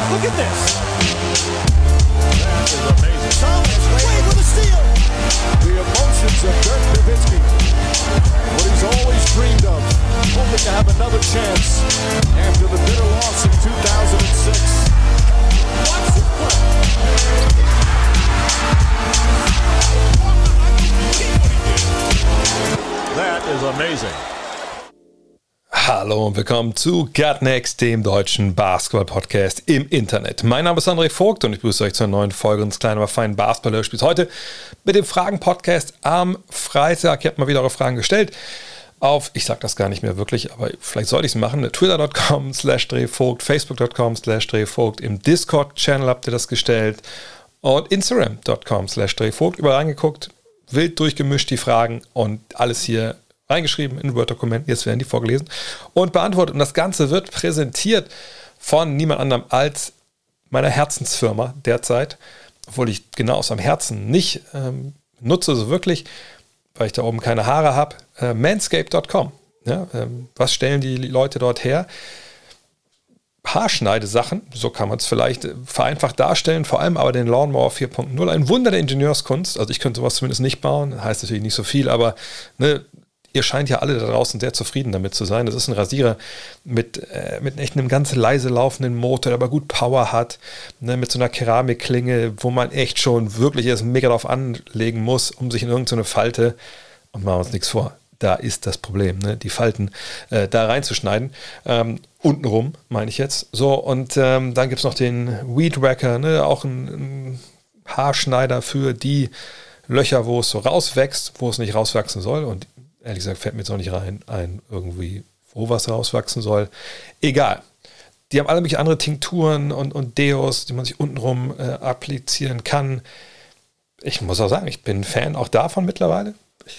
Look at this. That is amazing. Thomas Wade with a steal. The emotions of Dirk Nowitzki. What he's always dreamed of. Hoping to have another chance after the bitter loss in 2006. Watch this play. That is amazing. Hallo und willkommen zu Gut Next, dem deutschen Basketball-Podcast im Internet. Mein Name ist André Vogt und ich begrüße euch zu einer neuen Folge unseres kleinen, aber feinen Basketball-Hörspiels. Heute mit dem Fragen-Podcast am Freitag. Ihr habt mal wieder eure Fragen gestellt auf, ich sage das gar nicht mehr wirklich, aber vielleicht sollte ich es machen, twitter.com/drehvogt, facebook.com/drehvogt, im Discord-Channel habt ihr das gestellt und instagram.com/drehvogt. Überall reingeguckt, wild durchgemischt die Fragen und alles hier reingeschrieben in Word-Dokument. Jetzt werden die vorgelesen und beantwortet. Und das Ganze wird präsentiert von niemand anderem als meiner Herzensfirma derzeit, obwohl ich genau aus meinem Herzen nicht nutze, so wirklich, weil ich da oben keine Haare habe. Manscaped.com. Ja, was stellen die Leute dort her? Haarschneidesachen, so kann man es vielleicht vereinfacht darstellen, vor allem aber den Lawnmower 4.0. Ein Wunder der Ingenieurskunst. Also ich könnte sowas zumindest nicht bauen, heißt natürlich nicht so viel, aber ne, ihr scheint ja alle da draußen sehr zufrieden damit zu sein. Das ist ein Rasierer mit echt einem ganz leise laufenden Motor, der aber gut Power hat, ne, mit so einer Keramikklinge, wo man echt schon wirklich erst mega drauf anlegen muss, um sich in irgendeine Falte, und machen wir uns nichts vor, da ist das Problem, ne, die Falten da reinzuschneiden. Untenrum, meine ich jetzt. So, und dann gibt es noch den Weed Wacker, ne, auch ein Haarschneider für die Löcher, wo es so rauswächst, wo es nicht rauswachsen soll. Und ehrlich gesagt fällt mir jetzt auch nicht ein irgendwie, wo was rauswachsen soll. Egal. Die haben alle mögliche andere Tinkturen und Deos, die man sich untenrum applizieren kann. Ich muss auch sagen, ich bin Fan auch davon mittlerweile.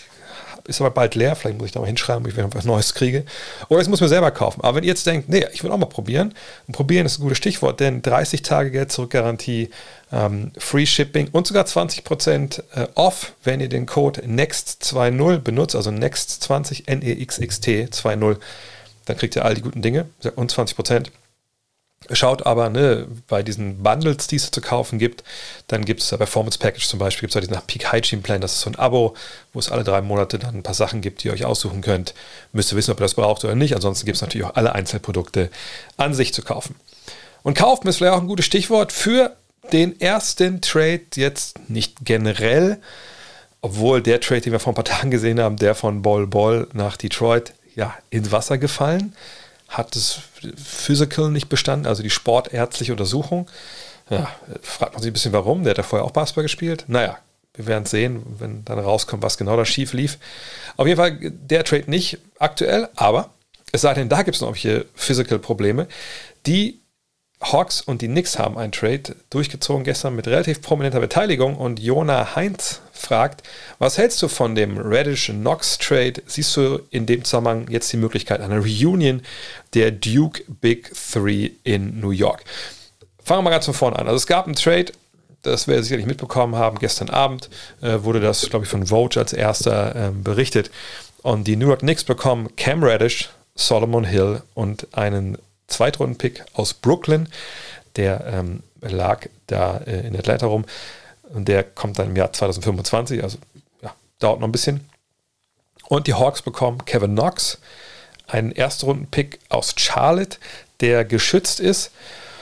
Ist aber bald leer, vielleicht muss ich da mal hinschreiben, ob ich wieder was Neues kriege. Oder ich muss mir selber kaufen. Aber wenn ihr jetzt denkt, nee, ich will auch mal probieren. Und probieren ist ein gutes Stichwort, denn 30 Tage Geld-Zurück-Garantie, Free Shipping und sogar 20% off, wenn ihr den Code NEXT20 benutzt, also NEXT20, NEXXT 20, dann kriegt ihr all die guten Dinge und 20%. Schaut aber, ne, bei diesen Bundles, die es zu kaufen gibt, dann gibt es da Performance Package zum Beispiel, gibt es diesen Peak Hygiene Plan, das ist so ein Abo, wo es alle 3 Monate dann ein paar Sachen gibt, die ihr euch aussuchen könnt. Müsst ihr wissen, ob ihr das braucht oder nicht. Ansonsten gibt es natürlich auch alle Einzelprodukte an sich zu kaufen. Und kaufen ist vielleicht auch ein gutes Stichwort für den ersten Trade, jetzt nicht generell, obwohl der Trade, den wir vor ein paar Tagen gesehen haben, der von Bol Bol nach Detroit, ja, ins Wasser gefallen. Hat das Physical nicht bestanden, also die sportärztliche Untersuchung. Ja, fragt man sich ein bisschen warum. Der hat ja vorher auch Basketball gespielt. Naja, wir werden sehen, wenn dann rauskommt, was genau da schief lief. Auf jeden Fall der Trade nicht aktuell, aber es sei denn, da gibt es noch irgendwelche Physical-Probleme. Die Hawks und die Knicks haben einen Trade durchgezogen gestern mit relativ prominenter Beteiligung und Jona Heinz fragt, was hältst du von dem Reddish-Knox-Trade? Siehst du in dem Zusammenhang jetzt die Möglichkeit einer Reunion der Duke Big Three in New York? Fangen wir mal ganz von vorne an. Also es gab einen Trade, das wir sicherlich mitbekommen haben, gestern Abend wurde das, glaube ich, von Vogue als erster berichtet. Und die New York Knicks bekommen Cam Reddish, Solomon Hill und einen Zweitrunden-Pick aus Brooklyn. Der lag da in Atlanta rum. Und der kommt dann im Jahr 2025, also ja, dauert noch ein bisschen. Und die Hawks bekommen Kevin Knox, einen Erstrunden-Pick aus Charlotte, der geschützt ist.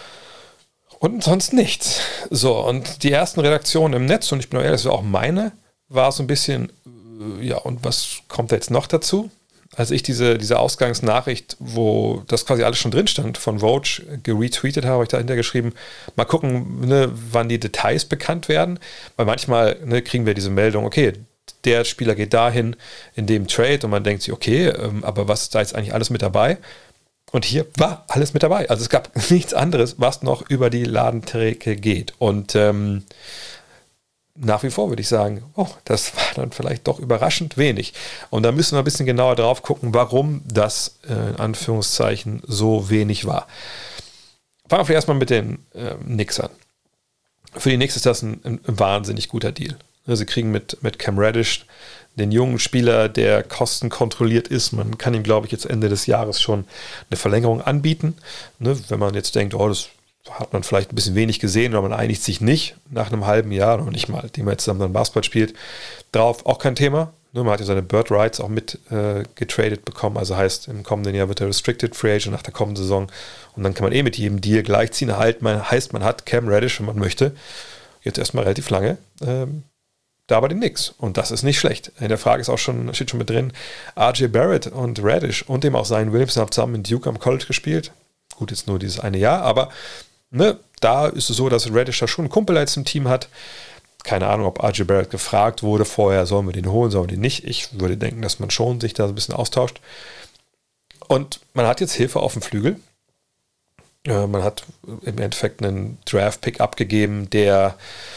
Und sonst nichts. So, und die ersten Redaktionen im Netz, und ich bin auch ehrlich, das war auch meine, war so ein bisschen, ja, und was kommt da jetzt noch dazu? Als ich diese Ausgangsnachricht, wo das quasi alles schon drin stand, von Vogue geretweetet habe, habe ich dahinter geschrieben, mal gucken, ne, wann die Details bekannt werden, weil manchmal, ne, kriegen wir diese Meldung, okay, der Spieler geht dahin in dem Trade und man denkt sich, okay, aber was ist da jetzt eigentlich alles mit dabei? Und hier war alles mit dabei. Also es gab nichts anderes, was noch über die Ladentheke geht. Und nach wie vor würde ich sagen, oh, das war dann vielleicht doch überraschend wenig. Und da müssen wir ein bisschen genauer drauf gucken, warum das in Anführungszeichen so wenig war. Fangen wir erstmal mit den Knicks an. Für die Knicks ist das ein wahnsinnig guter Deal. Sie kriegen mit Cam Reddish den jungen Spieler, der kostenkontrolliert ist. Man kann ihm, glaube ich, jetzt Ende des Jahres schon eine Verlängerung anbieten. Ne, wenn man jetzt denkt, oh, das hat man vielleicht ein bisschen wenig gesehen oder man einigt sich nicht nach einem halben Jahr, noch nicht mal, dem man jetzt zusammen dann Basketball spielt, drauf, auch kein Thema. Man hat ja seine Bird Rights auch mit getradet bekommen, also heißt, im kommenden Jahr wird er Restricted Free Agent nach der kommenden Saison und dann kann man mit jedem Deal gleichziehen. Heißt, man hat Cam Reddish, wenn man möchte, jetzt erstmal relativ lange da bei den Knicks. Und das ist nicht schlecht. In der Frage ist auch schon, steht schon mit drin, RJ Barrett und Reddish und dem auch Zion Williamson haben zusammen in Duke am College gespielt. Gut, jetzt nur dieses eine Jahr, aber da ist es so, dass Reddish da schon einen Kumpel jetzt im Team hat. Keine Ahnung, ob RJ Barrett gefragt wurde vorher, sollen wir den holen, sollen wir den nicht. Ich würde denken, dass man schon sich da so ein bisschen austauscht. Und man hat jetzt Hilfe auf dem Flügel. Man hat im Endeffekt einen Draft-Pick abgegeben, der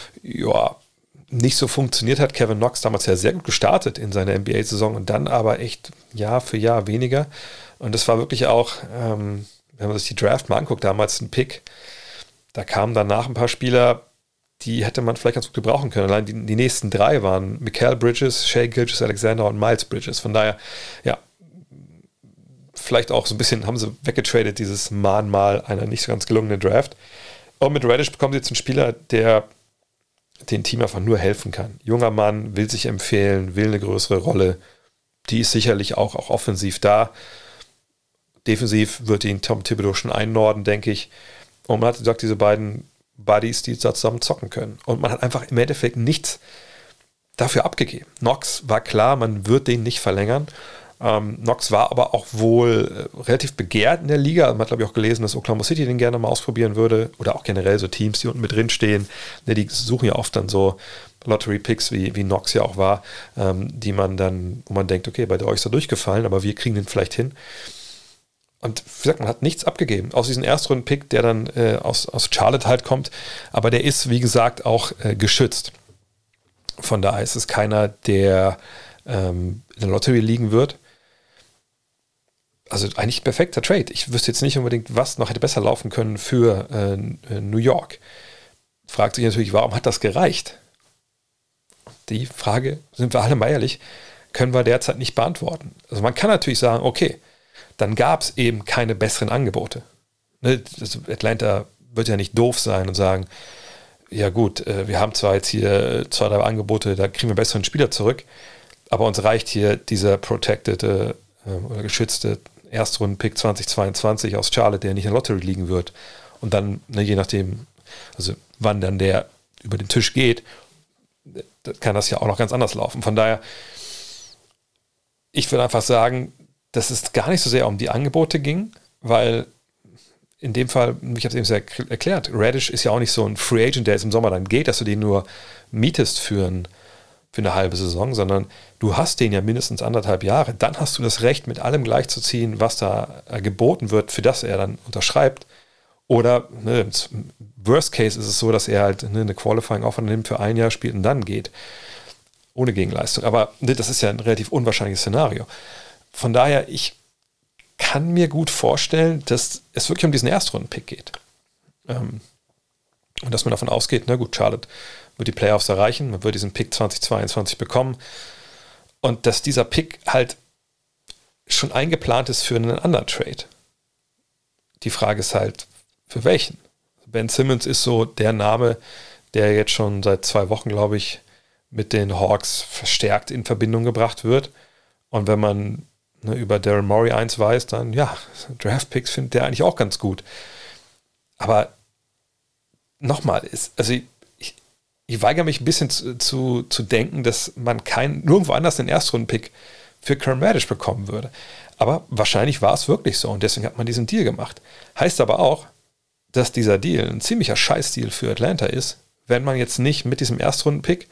nicht so funktioniert hat. Kevin Knox damals ja sehr gut gestartet in seiner NBA-Saison und dann aber echt Jahr für Jahr weniger. Und das war wirklich auch, wenn man sich die Draft mal anguckt, damals ein Pick, da kamen danach ein paar Spieler, die hätte man vielleicht ganz gut gebrauchen können. Allein die nächsten 3 waren Mikal Bridges, Shai Gilgeous-Alexander und Miles Bridges. Von daher, vielleicht auch so ein bisschen haben sie weggetradet, dieses Mahnmal einer nicht so ganz gelungenen Draft. Und mit Reddish bekommen sie jetzt einen Spieler, der dem Team einfach nur helfen kann. Junger Mann, will sich empfehlen, will eine größere Rolle. Die ist sicherlich auch offensiv da. Defensiv wird ihn Tom Thibodeau schon einnorden, denke ich. Und man hat gesagt, diese beiden Buddies, die da zusammen zocken können. Und man hat einfach im Endeffekt nichts dafür abgegeben. Knox war klar, man wird den nicht verlängern. Knox war aber auch wohl relativ begehrt in der Liga. Man hat, glaube ich, auch gelesen, dass Oklahoma City den gerne mal ausprobieren würde. Oder auch generell so Teams, die unten mit drin stehen. Die suchen ja oft dann so Lottery-Picks, wie Knox ja auch war, die man dann, wo man denkt, okay, bei euch ist er durchgefallen, aber wir kriegen den vielleicht hin. Und wie gesagt, man hat nichts abgegeben. Aus diesem Erstrunden-Pick, der dann aus Charlotte halt kommt. Aber der ist, wie gesagt, auch geschützt. Von daher ist es keiner, der in der Lottery liegen wird. Also eigentlich perfekter Trade. Ich wüsste jetzt nicht unbedingt, was noch hätte besser laufen können für New York. Fragt sich natürlich, warum hat das gereicht? Die Frage, sind wir alle mal ehrlich, können wir derzeit nicht beantworten. Also man kann natürlich sagen, okay, dann gab es eben keine besseren Angebote. Atlanta wird ja nicht doof sein und sagen, ja gut, wir haben zwar jetzt hier 2, 3 Angebote, da kriegen wir besseren Spieler zurück, aber uns reicht hier dieser protected oder geschützte Erstrunden-Pick 2022 aus Charlotte, der nicht in der Lottery liegen wird. Und dann, je nachdem, also wann dann der über den Tisch geht, kann das ja auch noch ganz anders laufen. Von daher, ich würde einfach sagen, dass es gar nicht so sehr um die Angebote ging, weil in dem Fall, ich habe es eben sehr erklärt, Reddish ist ja auch nicht so ein Free Agent, der jetzt im Sommer dann geht, dass du den nur mietest für eine halbe Saison, sondern du hast den ja mindestens 1,5 Jahre. Dann hast du das Recht, mit allem gleichzuziehen, was da geboten wird, für das er dann unterschreibt. Oder im Worst Case ist es so, dass er halt eine Qualifying Offer nimmt für 1 Jahr, spielt und dann geht. Ohne Gegenleistung. Aber das ist ja ein relativ unwahrscheinliches Szenario. Von daher, ich kann mir gut vorstellen, dass es wirklich um diesen Erstrunden-Pick geht. Und dass man davon ausgeht, na gut, Charlotte wird die Playoffs erreichen, man wird diesen Pick 2022 bekommen und dass dieser Pick halt schon eingeplant ist für einen anderen Trade. Die Frage ist halt, für welchen? Ben Simmons ist so der Name, der jetzt schon seit 2 Wochen, glaube ich, mit den Hawks verstärkt in Verbindung gebracht wird. Und wenn man über Daryl Morey 1 weiß, dann Draft-Picks findet der eigentlich auch ganz gut. Aber nochmal, ich weigere mich ein bisschen zu denken, dass man nirgendwo anders einen Erstrunden-Pick für Cam Reddish bekommen würde. Aber wahrscheinlich war es wirklich so und deswegen hat man diesen Deal gemacht. Heißt aber auch, dass dieser Deal ein ziemlicher Scheißdeal für Atlanta ist, wenn man jetzt nicht mit diesem Erstrunden-Pick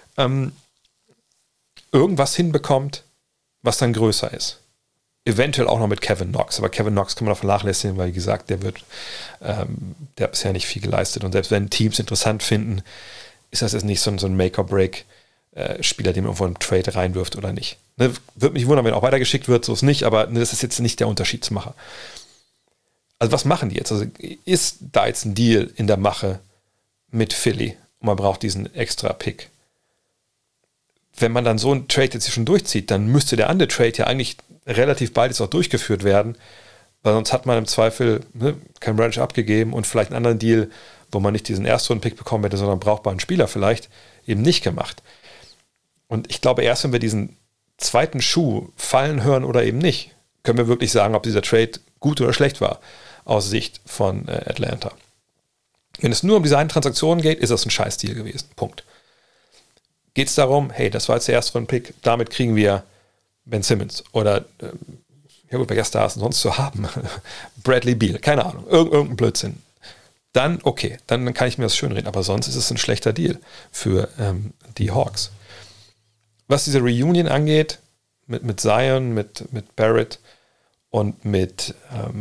irgendwas hinbekommt, was dann größer ist. Eventuell auch noch mit Kevin Knox, aber Kevin Knox kann man auch vernachlässigen, weil wie gesagt, der hat bisher nicht viel geleistet und selbst wenn Teams interessant finden, ist das jetzt nicht so ein Make-or-Break-Spieler, den man irgendwo im Trade reinwirft oder nicht. Würde mich wundern, wenn auch weitergeschickt wird, so ist nicht, aber das ist jetzt nicht der Unterschiedsmacher. Also was machen die jetzt? Also ist da jetzt ein Deal in der Mache mit Philly und man braucht diesen extra Pick? Wenn man dann so einen Trade jetzt hier schon durchzieht, dann müsste der andere Trade ja eigentlich relativ bald jetzt auch durchgeführt werden weil sonst hat man im Zweifel Cam Reddish abgegeben und vielleicht einen anderen Deal, wo man nicht diesen Erstrunden-Pick bekommen hätte, sondern einen brauchbaren Spieler vielleicht, eben nicht gemacht. Und ich glaube, erst wenn wir diesen zweiten Schuh fallen hören oder eben nicht, können wir wirklich sagen, ob dieser Trade gut oder schlecht war, aus Sicht von Atlanta. Wenn es nur um diese eine Transaktion geht, ist das ein Scheiß-Deal gewesen. Punkt. Geht es darum, hey, das war jetzt der Erstrunden-Pick, damit kriegen wir Ben Simmons oder ja gut, wer da ist denn sonst zu haben? Bradley Beal, keine Ahnung, irgendein Blödsinn. Dann okay, dann kann ich mir das schönreden, aber sonst ist es ein schlechter Deal für die Hawks. Was diese Reunion angeht, mit Zion, mit Barrett und mit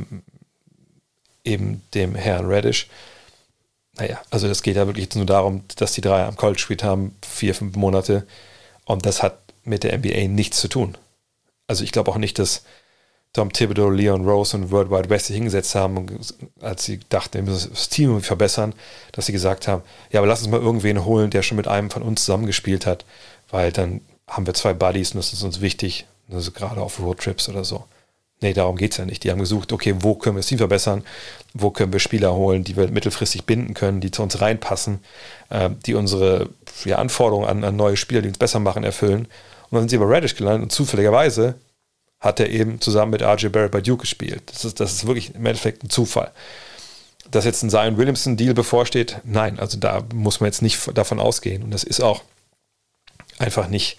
eben dem Herrn Reddish, naja, also das geht ja wirklich nur darum, dass die drei am College gespielt haben, 4-5 Monate, und das hat mit der NBA nichts zu tun. Also ich glaube auch nicht, dass Tom Thibodeau, Leon Rose und World Wide West sich hingesetzt haben, als sie dachten, wir müssen das Team verbessern, dass sie gesagt haben, ja, aber lass uns mal irgendwen holen, der schon mit einem von uns zusammengespielt hat, weil dann haben wir 2 Buddies und das ist uns wichtig, also gerade auf Roadtrips oder so. Nee, darum geht es ja nicht. Die haben gesucht, okay, wo können wir das Team verbessern, wo können wir Spieler holen, die wir mittelfristig binden können, die zu uns reinpassen, die unsere Anforderungen an neue Spieler, die uns besser machen, erfüllen. Und dann sind sie bei Reddish gelandet und zufälligerweise hat er eben zusammen mit RJ Barrett bei Duke gespielt. Das ist wirklich im Endeffekt ein Zufall. Dass jetzt ein Zion Williamson-Deal bevorsteht, nein, also da muss man jetzt nicht davon ausgehen. Und das ist auch einfach nicht,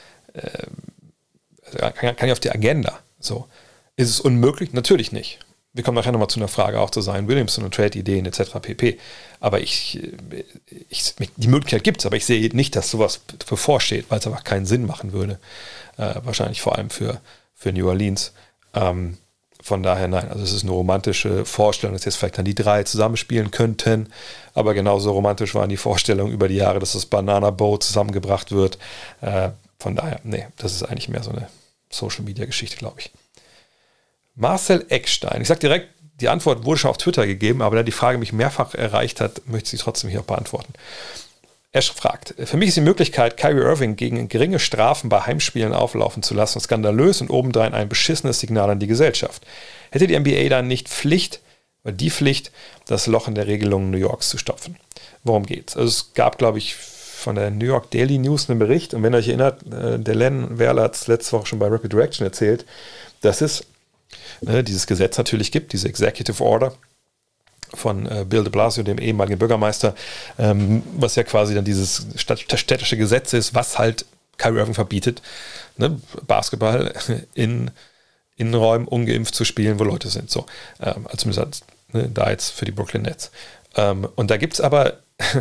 kann nicht auf die Agenda. So. Ist es unmöglich? Natürlich nicht. Wir kommen nachher nochmal zu einer Frage auch zu Zion Williamson und Trade-Ideen etc. pp. Aber die Möglichkeit gibt es, aber ich sehe nicht, dass sowas bevorsteht, weil es einfach keinen Sinn machen würde. Wahrscheinlich vor allem für New Orleans. Von daher nein, also es ist eine romantische Vorstellung, dass jetzt vielleicht dann die 3 zusammenspielen könnten, aber genauso romantisch waren die Vorstellungen über die Jahre, dass das Banana Boat zusammengebracht wird. Von daher, nee, das ist eigentlich mehr so eine Social-Media-Geschichte, glaube ich. Marcel Eckstein, ich sage direkt, die Antwort wurde schon auf Twitter gegeben, aber da die Frage mich mehrfach erreicht hat, möchte ich sie trotzdem hier auch beantworten. Er fragt, für mich ist die Möglichkeit, Kyrie Irving gegen geringe Strafen bei Heimspielen auflaufen zu lassen, skandalös und obendrein ein beschissenes Signal an die Gesellschaft. Hätte die NBA dann nicht die Pflicht, das Loch in der Regelung New Yorks zu stopfen? Worum geht's? Also es gab, glaube ich, von der New York Daily News einen Bericht, und wenn ihr euch erinnert, der Len Werler hat es letzte Woche schon bei Rapid Reaction erzählt, dass es dieses Gesetz natürlich gibt, diese Executive Order von Bill de Blasio, dem ehemaligen Bürgermeister, was ja quasi dann dieses städtische Gesetz ist, was halt Kyrie Irving verbietet, Basketball in Innenräumen ungeimpft zu spielen, wo Leute sind. So, also zumindest da jetzt für die Brooklyn Nets. Und da gibt es aber,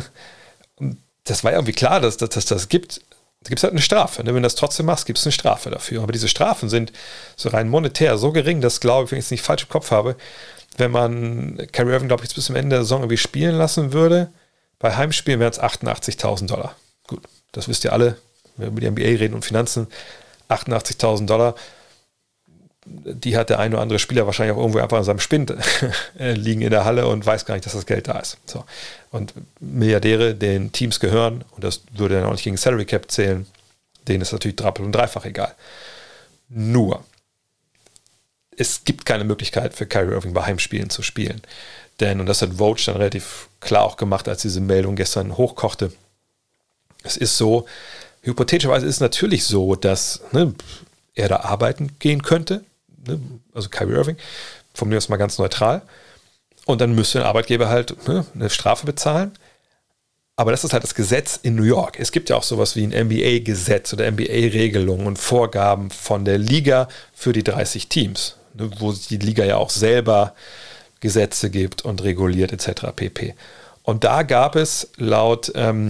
das war ja irgendwie klar, dass das gibt. Da gibt es halt eine Strafe. Wenn du das trotzdem machst, gibt es eine Strafe dafür. Aber diese Strafen sind so rein monetär so gering, dass, glaube ich, wenn ich es nicht falsch im Kopf habe, wenn man Kyrie Irving, glaube ich, jetzt bis zum Ende der Saison irgendwie spielen lassen würde, bei Heimspielen wären es $88.000. Gut, das wisst ihr alle, wenn wir über die NBA reden und Finanzen, $88.000, die hat der ein oder andere Spieler wahrscheinlich auch irgendwo einfach an seinem Spind liegen in der Halle und weiß gar nicht, dass das Geld da ist. So. Und Milliardäre, denen Teams gehören, und das würde dann auch nicht gegen Salary Cap zählen, denen ist natürlich doppelt und dreifach egal. Nur, es gibt keine Möglichkeit für Kyrie Irving bei Heimspielen zu spielen. Denn, und das hat Woj dann relativ klar auch gemacht, als diese Meldung gestern hochkochte, es ist so, hypothetischerweise ist es natürlich so, dass er da arbeiten gehen könnte, also Kyrie Irving, formulieren wir es mal ganz neutral, und dann müsste ein Arbeitgeber halt eine Strafe bezahlen. Aber das ist halt das Gesetz in New York. Es gibt ja auch sowas wie ein NBA-Gesetz oder NBA-Regelungen und Vorgaben von der Liga für die 30 Teams, wo die Liga ja auch selber Gesetze gibt und reguliert etc. pp. Und da gab es laut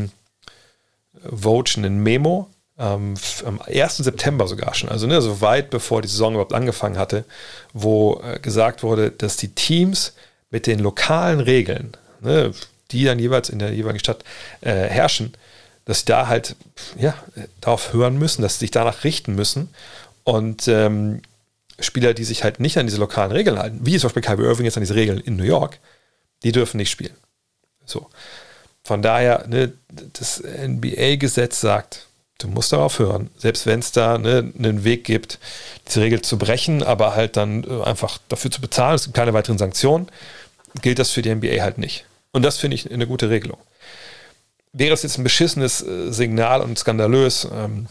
Woj einen Memo, am 1. September sogar schon, also so weit bevor die Saison überhaupt angefangen hatte, wo gesagt wurde, dass die Teams mit den lokalen Regeln, die dann jeweils in der jeweiligen Stadt herrschen, dass sie da halt darauf hören müssen, dass sie sich danach richten müssen, und Spieler, die sich halt nicht an diese lokalen Regeln halten, wie zum Beispiel Kyrie Irving jetzt an diese Regeln in New York, die dürfen nicht spielen. So. Von daher, das NBA-Gesetz sagt, Du musst darauf hören, selbst wenn es da einen Weg gibt, diese Regel zu brechen, aber halt dann einfach dafür zu bezahlen, es gibt keine weiteren Sanktionen, gilt das für die NBA halt nicht. Und das finde ich eine gute Regelung. Wäre es jetzt ein beschissenes Signal und skandalös,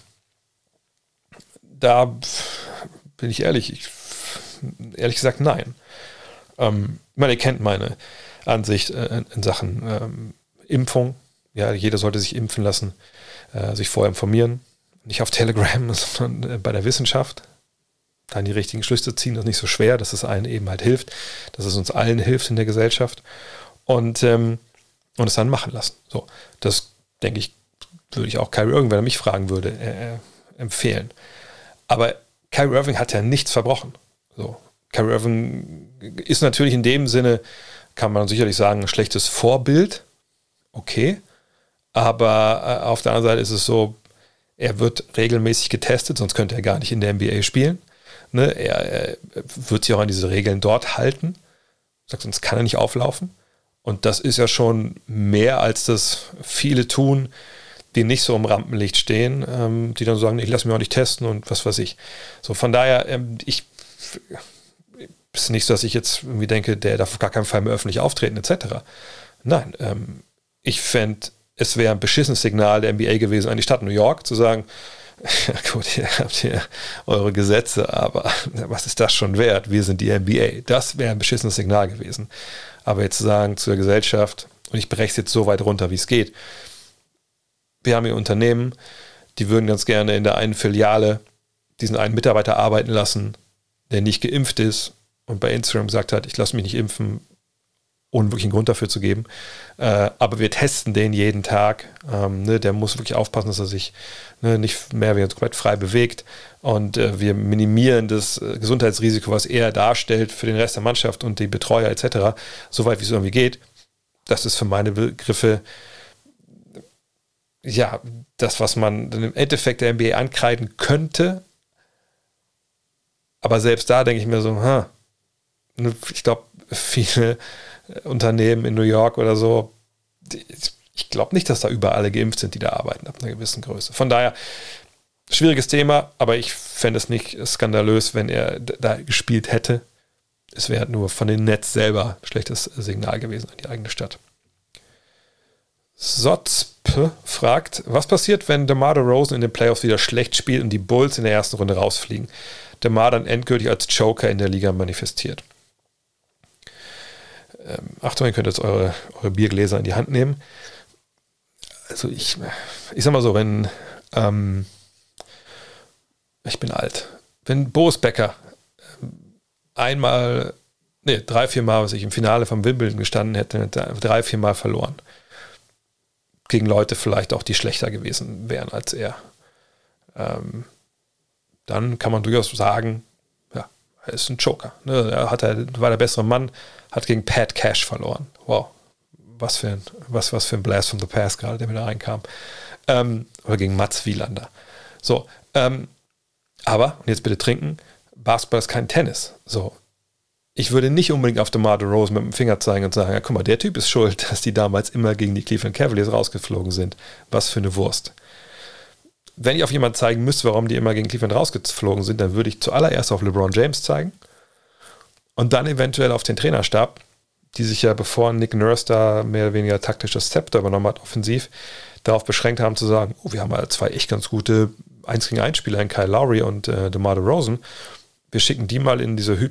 da bin ich ehrlich gesagt nein. Ihr kennt meine Ansicht in Sachen Impfung. Ja, jeder sollte sich impfen lassen, sich vorher informieren. Nicht auf Telegram, sondern bei der Wissenschaft. Dann die richtigen Schlüsse ziehen, das ist nicht so schwer, dass es allen eben halt hilft, dass es uns allen hilft in der Gesellschaft. Und es dann machen lassen. So, das, denke ich, würde ich auch Kyrie Irving, wenn er mich fragen würde, empfehlen. Aber Kyrie Irving hat ja nichts verbrochen. So, Kyrie Irving ist natürlich in dem Sinne, kann man sicherlich sagen, ein schlechtes Vorbild. Okay. Aber auf der anderen Seite ist es so, er wird regelmäßig getestet, sonst könnte er gar nicht in der NBA spielen. Ne? Er wird sich auch an diese Regeln dort halten. Sonst kann er nicht auflaufen. Und das ist ja schon mehr, als das viele tun, die nicht so im Rampenlicht stehen, die dann sagen, ich lasse mich auch nicht testen und was weiß ich. So, von daher, ist nicht so, dass ich jetzt irgendwie denke, der darf auf gar keinen Fall mehr öffentlich auftreten, etc. Nein, ich fände, es wäre ein beschissenes Signal der NBA gewesen an die Stadt New York, zu sagen, ja gut, ihr habt hier eure Gesetze, aber was ist das schon wert? Wir sind die NBA. Das wäre ein beschissenes Signal gewesen. Aber jetzt zu sagen zur Gesellschaft, und ich breche es jetzt so weit runter, wie es geht, wir haben hier Unternehmen, die würden ganz gerne in der einen Filiale diesen einen Mitarbeiter arbeiten lassen, der nicht geimpft ist und bei Instagram gesagt hat, ich lasse mich nicht impfen, ohne wirklich einen Grund dafür zu geben. Aber wir testen den jeden Tag. Der muss wirklich aufpassen, dass er sich nicht mehr wie komplett frei bewegt. Und wir minimieren das Gesundheitsrisiko, was er darstellt für den Rest der Mannschaft und die Betreuer etc., soweit wie es irgendwie geht. Das ist für meine Begriffe ja das, was man im Endeffekt der NBA ankreiden könnte. Aber selbst da denke ich mir so, ich glaube, viele Unternehmen in New York oder so, ich glaube nicht, dass da überall alle geimpft sind, die da arbeiten, ab einer gewissen Größe. Von daher, schwieriges Thema, aber ich fände es nicht skandalös, wenn er da gespielt hätte. Es wäre nur von den Nets selber ein schlechtes Signal gewesen an die eigene Stadt. Sotzp fragt, was passiert, wenn DeMar DeRozan in den Playoffs wieder schlecht spielt und die Bulls in der ersten Runde rausfliegen? DeMar dann endgültig als Joker in der Liga manifestiert. Achtung, ihr könnt jetzt eure Biergläser in die Hand nehmen. Also ich sag mal so, wenn ich bin alt. Wenn Boris Becker 3-4 Mal, was ich im Finale vom Wimbledon gestanden hätte, 3-4 Mal verloren. Gegen Leute vielleicht auch, die schlechter gewesen wären als er. Dann kann man durchaus sagen, ja, er ist ein Joker. Ne? War der bessere Mann, hat gegen Pat Cash verloren. Wow, was für ein Blast from the Past gerade, der mir da reinkam. Oder gegen Mats Wielander. So, aber, und jetzt bitte trinken, Basketball ist kein Tennis. So, ich würde nicht unbedingt auf DeMar DeRozan mit dem Finger zeigen und sagen, ja, guck mal, der Typ ist schuld, dass die damals immer gegen die Cleveland Cavaliers rausgeflogen sind. Was für eine Wurst. Wenn ich auf jemanden zeigen müsste, warum die immer gegen Cleveland rausgeflogen sind, dann würde ich zuallererst auf LeBron James zeigen und dann eventuell auf den Trainerstab, die sich ja, bevor Nick Nurse da mehr oder weniger taktisch das Zepter übernommen hat, offensiv, darauf beschränkt haben zu sagen, wir haben halt zwei echt ganz gute 1-gegen-1-Spieler in Kyle Lowry und DeMar DeRozan. Wir schicken die mal in diese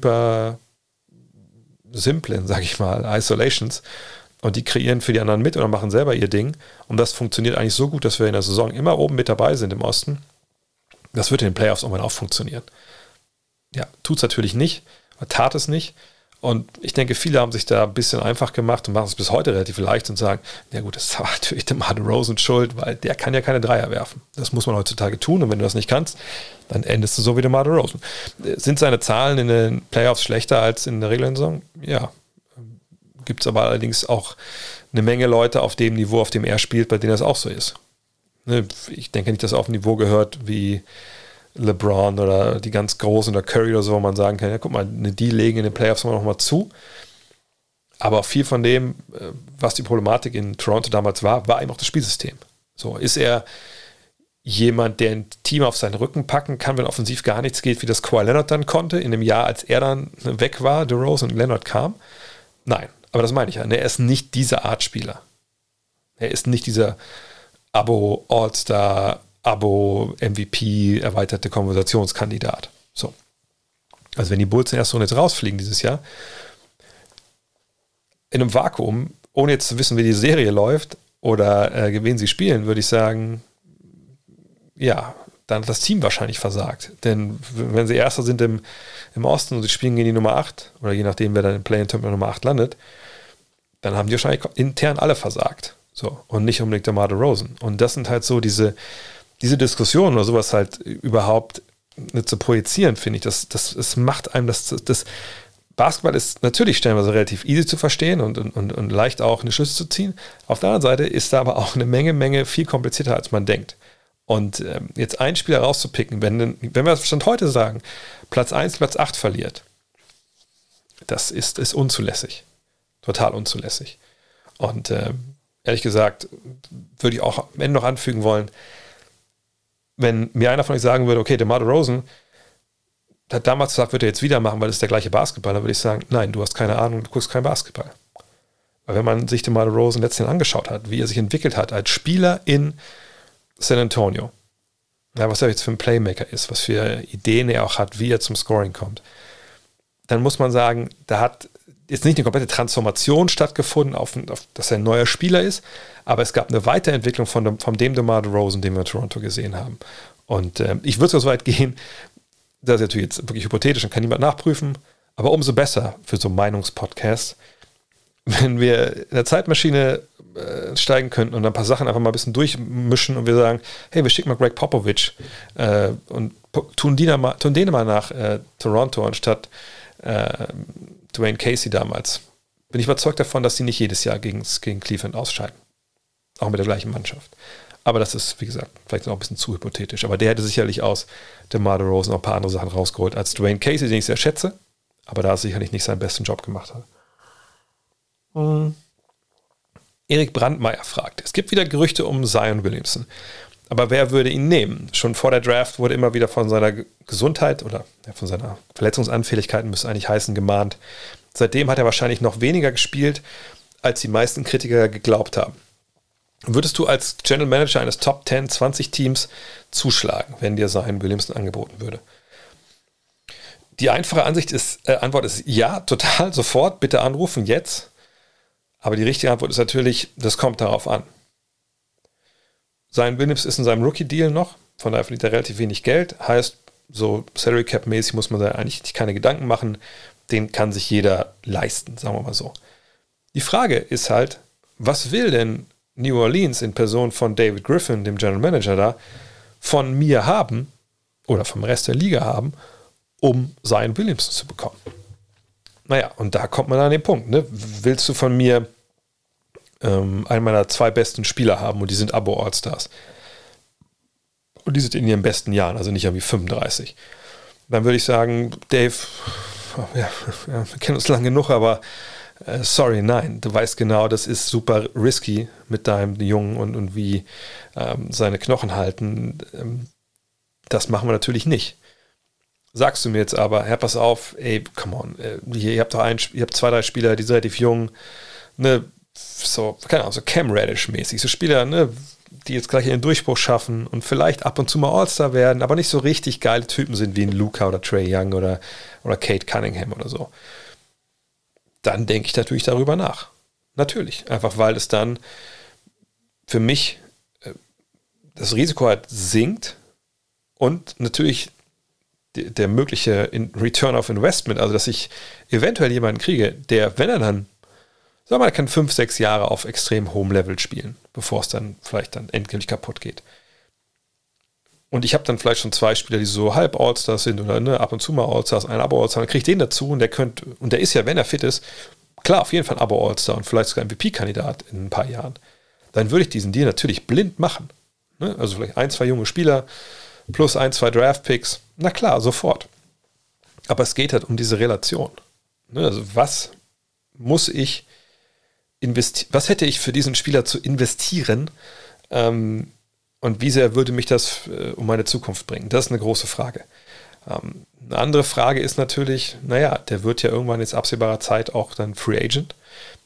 simplen, sag ich mal, Isolations und die kreieren für die anderen mit oder machen selber ihr Ding und das funktioniert eigentlich so gut, dass wir in der Saison immer oben mit dabei sind im Osten. Das wird in den Playoffs irgendwann auch funktionieren. Ja, tut es natürlich nicht, tat es nicht und ich denke, viele haben sich da ein bisschen einfach gemacht und machen es bis heute relativ leicht und sagen, ja gut, das war natürlich DeMar DeRozan schuld, weil der kann ja keine Dreier werfen. Das muss man heutzutage tun und wenn du das nicht kannst, dann endest du so wie DeMar DeRozan. Sind seine Zahlen in den Playoffs schlechter als in der regulären Saison? Ja. Gibt es aber allerdings auch eine Menge Leute auf dem Niveau, auf dem er spielt, bei denen das auch so ist. Ich denke nicht, dass er auf ein Niveau gehört wie LeBron oder die ganz Großen oder Curry oder so, wo man sagen kann, ja guck mal, die legen in den Playoffs noch mal zu. Aber viel von dem, was die Problematik in Toronto damals war eben auch das Spielsystem. So ist er jemand, der ein Team auf seinen Rücken packen kann, wenn offensiv gar nichts geht, wie das Kawhi Leonard dann konnte, in dem Jahr, als er dann weg war, DeRozan und Leonard kam? Nein, aber das meine ich ja. Er ist nicht diese Art Spieler. Er ist nicht dieser Abo-All-Star, Abo-MVP, erweiterte Konversationskandidat. So. Also wenn die Bulls in der ersten Runde jetzt rausfliegen dieses Jahr, in einem Vakuum, ohne jetzt zu wissen, wie die Serie läuft oder gegen wen sie spielen, würde ich sagen, ja, dann hat das Team wahrscheinlich versagt. Denn wenn sie Erster sind im Osten und sie spielen gegen die Nummer 8, oder je nachdem, wer dann im Play-in-Turnier Nummer 8 landet, dann haben die wahrscheinlich intern alle versagt. So, und nicht unbedingt DeMar DeRozan. Und das sind halt so diese Diskussionen oder sowas halt überhaupt nicht zu projizieren, finde ich. Das macht einem das Basketball ist natürlich stellenweise relativ easy zu verstehen und leicht auch eine Schlüsse zu ziehen. Auf der anderen Seite ist da aber auch eine Menge viel komplizierter, als man denkt. Und jetzt einen Spieler rauszupicken, wenn wir Stand heute sagen, Platz 1, Platz 8 verliert, das ist unzulässig. Total unzulässig. Und ehrlich gesagt, würde ich auch am Ende noch anfügen wollen, wenn mir einer von euch sagen würde, okay, DeMar DeRozan hat damals gesagt, wird er jetzt wieder machen, weil es der gleiche Basketball, dann würde ich sagen, nein, du hast keine Ahnung, du guckst kein Basketball. Weil wenn man sich DeMar DeRozan letztens angeschaut hat, wie er sich entwickelt hat als Spieler in San Antonio, ja, was er jetzt für ein Playmaker ist, was für Ideen er auch hat, wie er zum Scoring kommt, dann muss man sagen, da hat jetzt nicht eine komplette Transformation stattgefunden, dass er ein neuer Spieler ist, aber es gab eine Weiterentwicklung von dem DeMar DeRozan, den wir in Toronto gesehen haben. Und ich würde so weit gehen, das ist natürlich jetzt wirklich hypothetisch und kann niemand nachprüfen, aber umso besser für so Meinungspodcasts, wenn wir in der Zeitmaschine steigen könnten und ein paar Sachen einfach mal ein bisschen durchmischen und wir sagen, hey, wir schicken mal Greg Popovich und tun den mal nach Toronto anstatt Dwayne Casey damals. Bin ich überzeugt davon, dass sie nicht jedes Jahr gegen Cleveland ausscheiden. Auch mit der gleichen Mannschaft. Aber das ist, wie gesagt, vielleicht noch ein bisschen zu hypothetisch. Aber der hätte sicherlich aus DeMar DeRozan noch ein paar andere Sachen rausgeholt als Dwayne Casey, den ich sehr schätze, aber da er sicherlich nicht seinen besten Job gemacht hat. Erik Brandmeier fragt, es gibt wieder Gerüchte um Zion Williamson. Aber wer würde ihn nehmen? Schon vor der Draft wurde immer wieder von seiner Gesundheit oder von seiner Verletzungsanfälligkeit, müsste eigentlich heißen, gemahnt. Seitdem hat er wahrscheinlich noch weniger gespielt, als die meisten Kritiker geglaubt haben. Würdest du als General Manager eines Top 10, 20 Teams zuschlagen, wenn dir Zion Williamson angeboten würde? Die einfache Antwort ist ja, total, sofort, bitte anrufen, jetzt. Aber die richtige Antwort ist natürlich, das kommt darauf an. Zion Williamson ist in seinem Rookie-Deal noch, von daher verdient er relativ wenig Geld. Heißt, so Salary Cap-mäßig muss man da eigentlich keine Gedanken machen. Den kann sich jeder leisten, sagen wir mal so. Die Frage ist halt, was will denn New Orleans in Person von David Griffin, dem General Manager da, von mir haben oder vom Rest der Liga haben, um Zion Williamson zu bekommen? Naja, und da kommt man an den Punkt. Ne? Willst du von mir einen meiner 2 besten Spieler haben und die sind Abo-All-Stars und die sind in ihren besten Jahren, also nicht irgendwie 35, dann würde ich sagen, Dave, ja, wir kennen uns lang genug, aber sorry, nein, du weißt genau, das ist super risky mit deinem Jungen und wie seine Knochen halten. Das machen wir natürlich nicht. Sagst du mir jetzt aber, pass auf, ey, come on, ihr habt 2, 3 Spieler, die sind relativ jung, ne, so, keine Ahnung, so Cam Reddish-mäßig, so Spieler, ne, die jetzt gleich ihren Durchbruch schaffen und vielleicht ab und zu mal All-Star werden, aber nicht so richtig geile Typen sind wie ein Luka oder Trae Young oder Kate Cunningham oder so. Dann denke ich natürlich darüber nach. Natürlich. Einfach weil es dann für mich das Risiko halt sinkt und natürlich der mögliche Return of Investment, also dass ich eventuell jemanden kriege, der, wenn er dann, sagen wir mal, er kann 5, 6 Jahre auf extrem hohem Level spielen, bevor es dann vielleicht dann endgültig kaputt geht. Und ich habe dann vielleicht schon 2 Spieler, die so halb All-Stars sind oder ne, ab und zu mal All-Stars, ein Abo-All-Star, dann kriege ich den dazu und der ist ja, wenn er fit ist, klar, auf jeden Fall ein Abo-All-Star und vielleicht sogar MVP-Kandidat in ein paar Jahren. Dann würde ich diesen Deal natürlich blind machen. Ne? Also vielleicht 1, 2 junge Spieler plus 1, 2 Draft-Picks. Na klar, sofort. Aber es geht halt um diese Relation. Ne? Also was muss ich was hätte ich für diesen Spieler zu investieren, Und wie sehr würde mich das um meine Zukunft bringen? Das ist eine große Frage. Eine andere Frage ist natürlich, der wird ja irgendwann jetzt absehbarer Zeit auch dann Free Agent.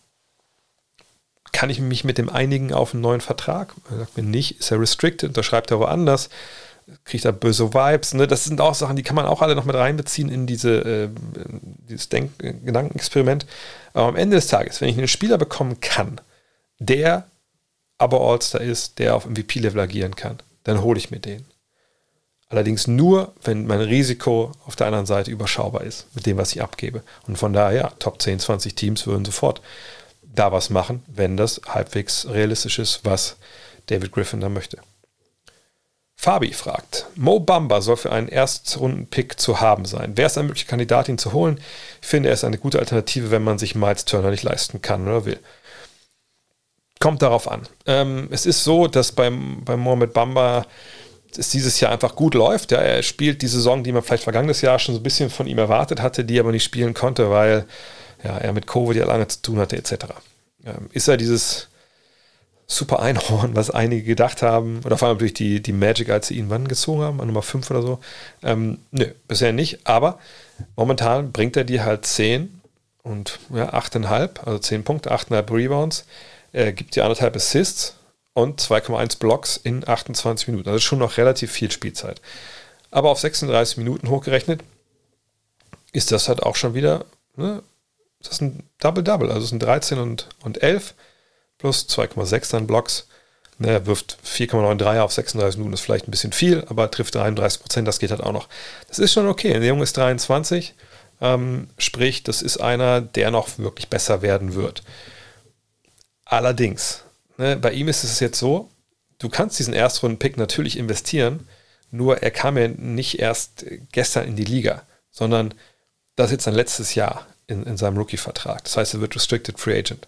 Kann ich mich mit dem einigen auf einen neuen Vertrag? Er sagt mir nicht, ist er restricted, da schreibt er woanders, kriegt er böse Vibes. Ne? Das sind auch Sachen, die kann man auch alle noch mit reinbeziehen in dieses Gedankenexperiment. Aber am Ende des Tages, wenn ich einen Spieler bekommen kann, der aber All-Star ist, der auf MVP-Level agieren kann, dann hole ich mir den. Allerdings nur, wenn mein Risiko auf der anderen Seite überschaubar ist, mit dem, was ich abgebe. Und von daher, Top 10, 20 Teams würden sofort da was machen, wenn das halbwegs realistisch ist, was David Griffin da möchte. Fabi fragt, Mo Bamba soll für einen Erstrunden-Pick zu haben sein. Wer ist ein möglicher Kandidat, ihn zu holen? Ich finde, er ist eine gute Alternative, wenn man sich Miles Turner nicht leisten kann oder will. Kommt darauf an. Es ist so, dass bei Mohamed Bamba es dieses Jahr einfach gut läuft. Ja, er spielt die Saison, die man vielleicht vergangenes Jahr schon so ein bisschen von ihm erwartet hatte, die er aber nicht spielen konnte, weil er mit Covid ja lange zu tun hatte, etc. Ist er dieses super Einhorn, was einige gedacht haben, oder vor allem durch die Magic, als sie ihn wann gezogen haben, an Nummer 5 oder so? Nö, bisher nicht, aber momentan bringt er die halt 10 und 8,5, also 10 Punkte, 8,5 Rebounds, gibt die 1,5 Assists und 2,1 Blocks in 28 Minuten. Also schon noch relativ viel Spielzeit. Aber auf 36 Minuten hochgerechnet ist das halt auch schon wieder, das ist ein Double-Double, also es sind 13 und 11 plus 2,6 dann Blocks. Er wirft 4,93 auf 36 Minuten, ist vielleicht ein bisschen viel, aber trifft 33%, das geht halt auch noch. Das ist schon okay. Der Junge ist 23, sprich, das ist einer, der noch wirklich besser werden wird. Allerdings, bei ihm ist es jetzt so, du kannst diesen Erstrunden-Pick natürlich investieren, nur er kam ja nicht erst gestern in die Liga, sondern das ist jetzt sein letztes Jahr in seinem Rookie-Vertrag. Das heißt, er wird Restricted Free Agent.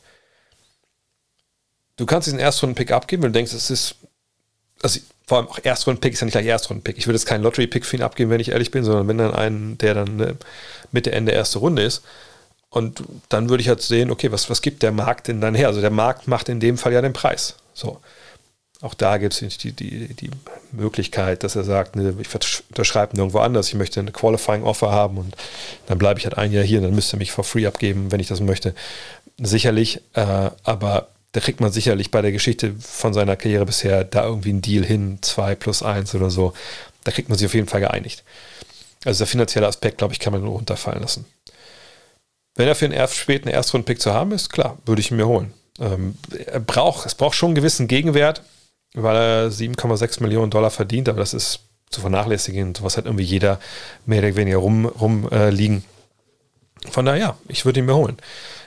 Du kannst diesen Erstrunden-Pick abgeben, wenn du denkst, es ist, also vor allem auch Erstrunden-Pick ist ja nicht gleich Erstrunden-Pick. Ich würde jetzt keinen Lottery-Pick für ihn abgeben, wenn ich ehrlich bin, sondern wenn dann einen, der dann Mitte, Ende erste Runde ist. Und dann würde ich halt sehen, okay, was gibt der Markt denn dann her? Also der Markt macht in dem Fall ja den Preis. So. Auch da gibt es die Möglichkeit, dass er sagt, ich unterschreibe nirgendwo anders, ich möchte eine Qualifying Offer haben und dann bleibe ich halt ein Jahr hier und dann müsste er mich for free abgeben, wenn ich das möchte. Sicherlich, aber da kriegt man sicherlich bei der Geschichte von seiner Karriere bisher da irgendwie einen Deal hin, 2+1 oder so. Da kriegt man sich auf jeden Fall geeinigt. Also der finanzielle Aspekt, glaube ich, kann man nur runterfallen lassen. Wenn er für einen späten Erstrunden-Pick zu haben ist, klar, würde ich ihn mir holen. Es braucht schon einen gewissen Gegenwert, weil er $7,6 Millionen verdient, aber das ist zu vernachlässigen. Sowas hat irgendwie jeder mehr oder weniger rumliegen. Von daher, ja, ich würde ihn mir holen.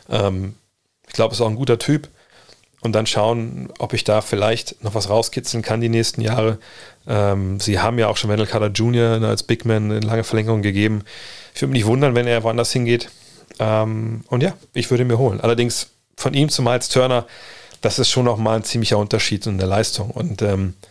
Ich glaube, es ist auch ein guter Typ. Und dann schauen, ob ich da vielleicht noch was rauskitzeln kann die nächsten Jahre. Sie haben ja auch schon Wendell Carter Jr. als Big Man eine lange Verlängerung gegeben. Ich würde mich nicht wundern, wenn er woanders hingeht. Und ja, ich würde ihn mir holen. Allerdings von ihm zu Miles Turner, das ist schon noch mal ein ziemlicher Unterschied in der Leistung. Und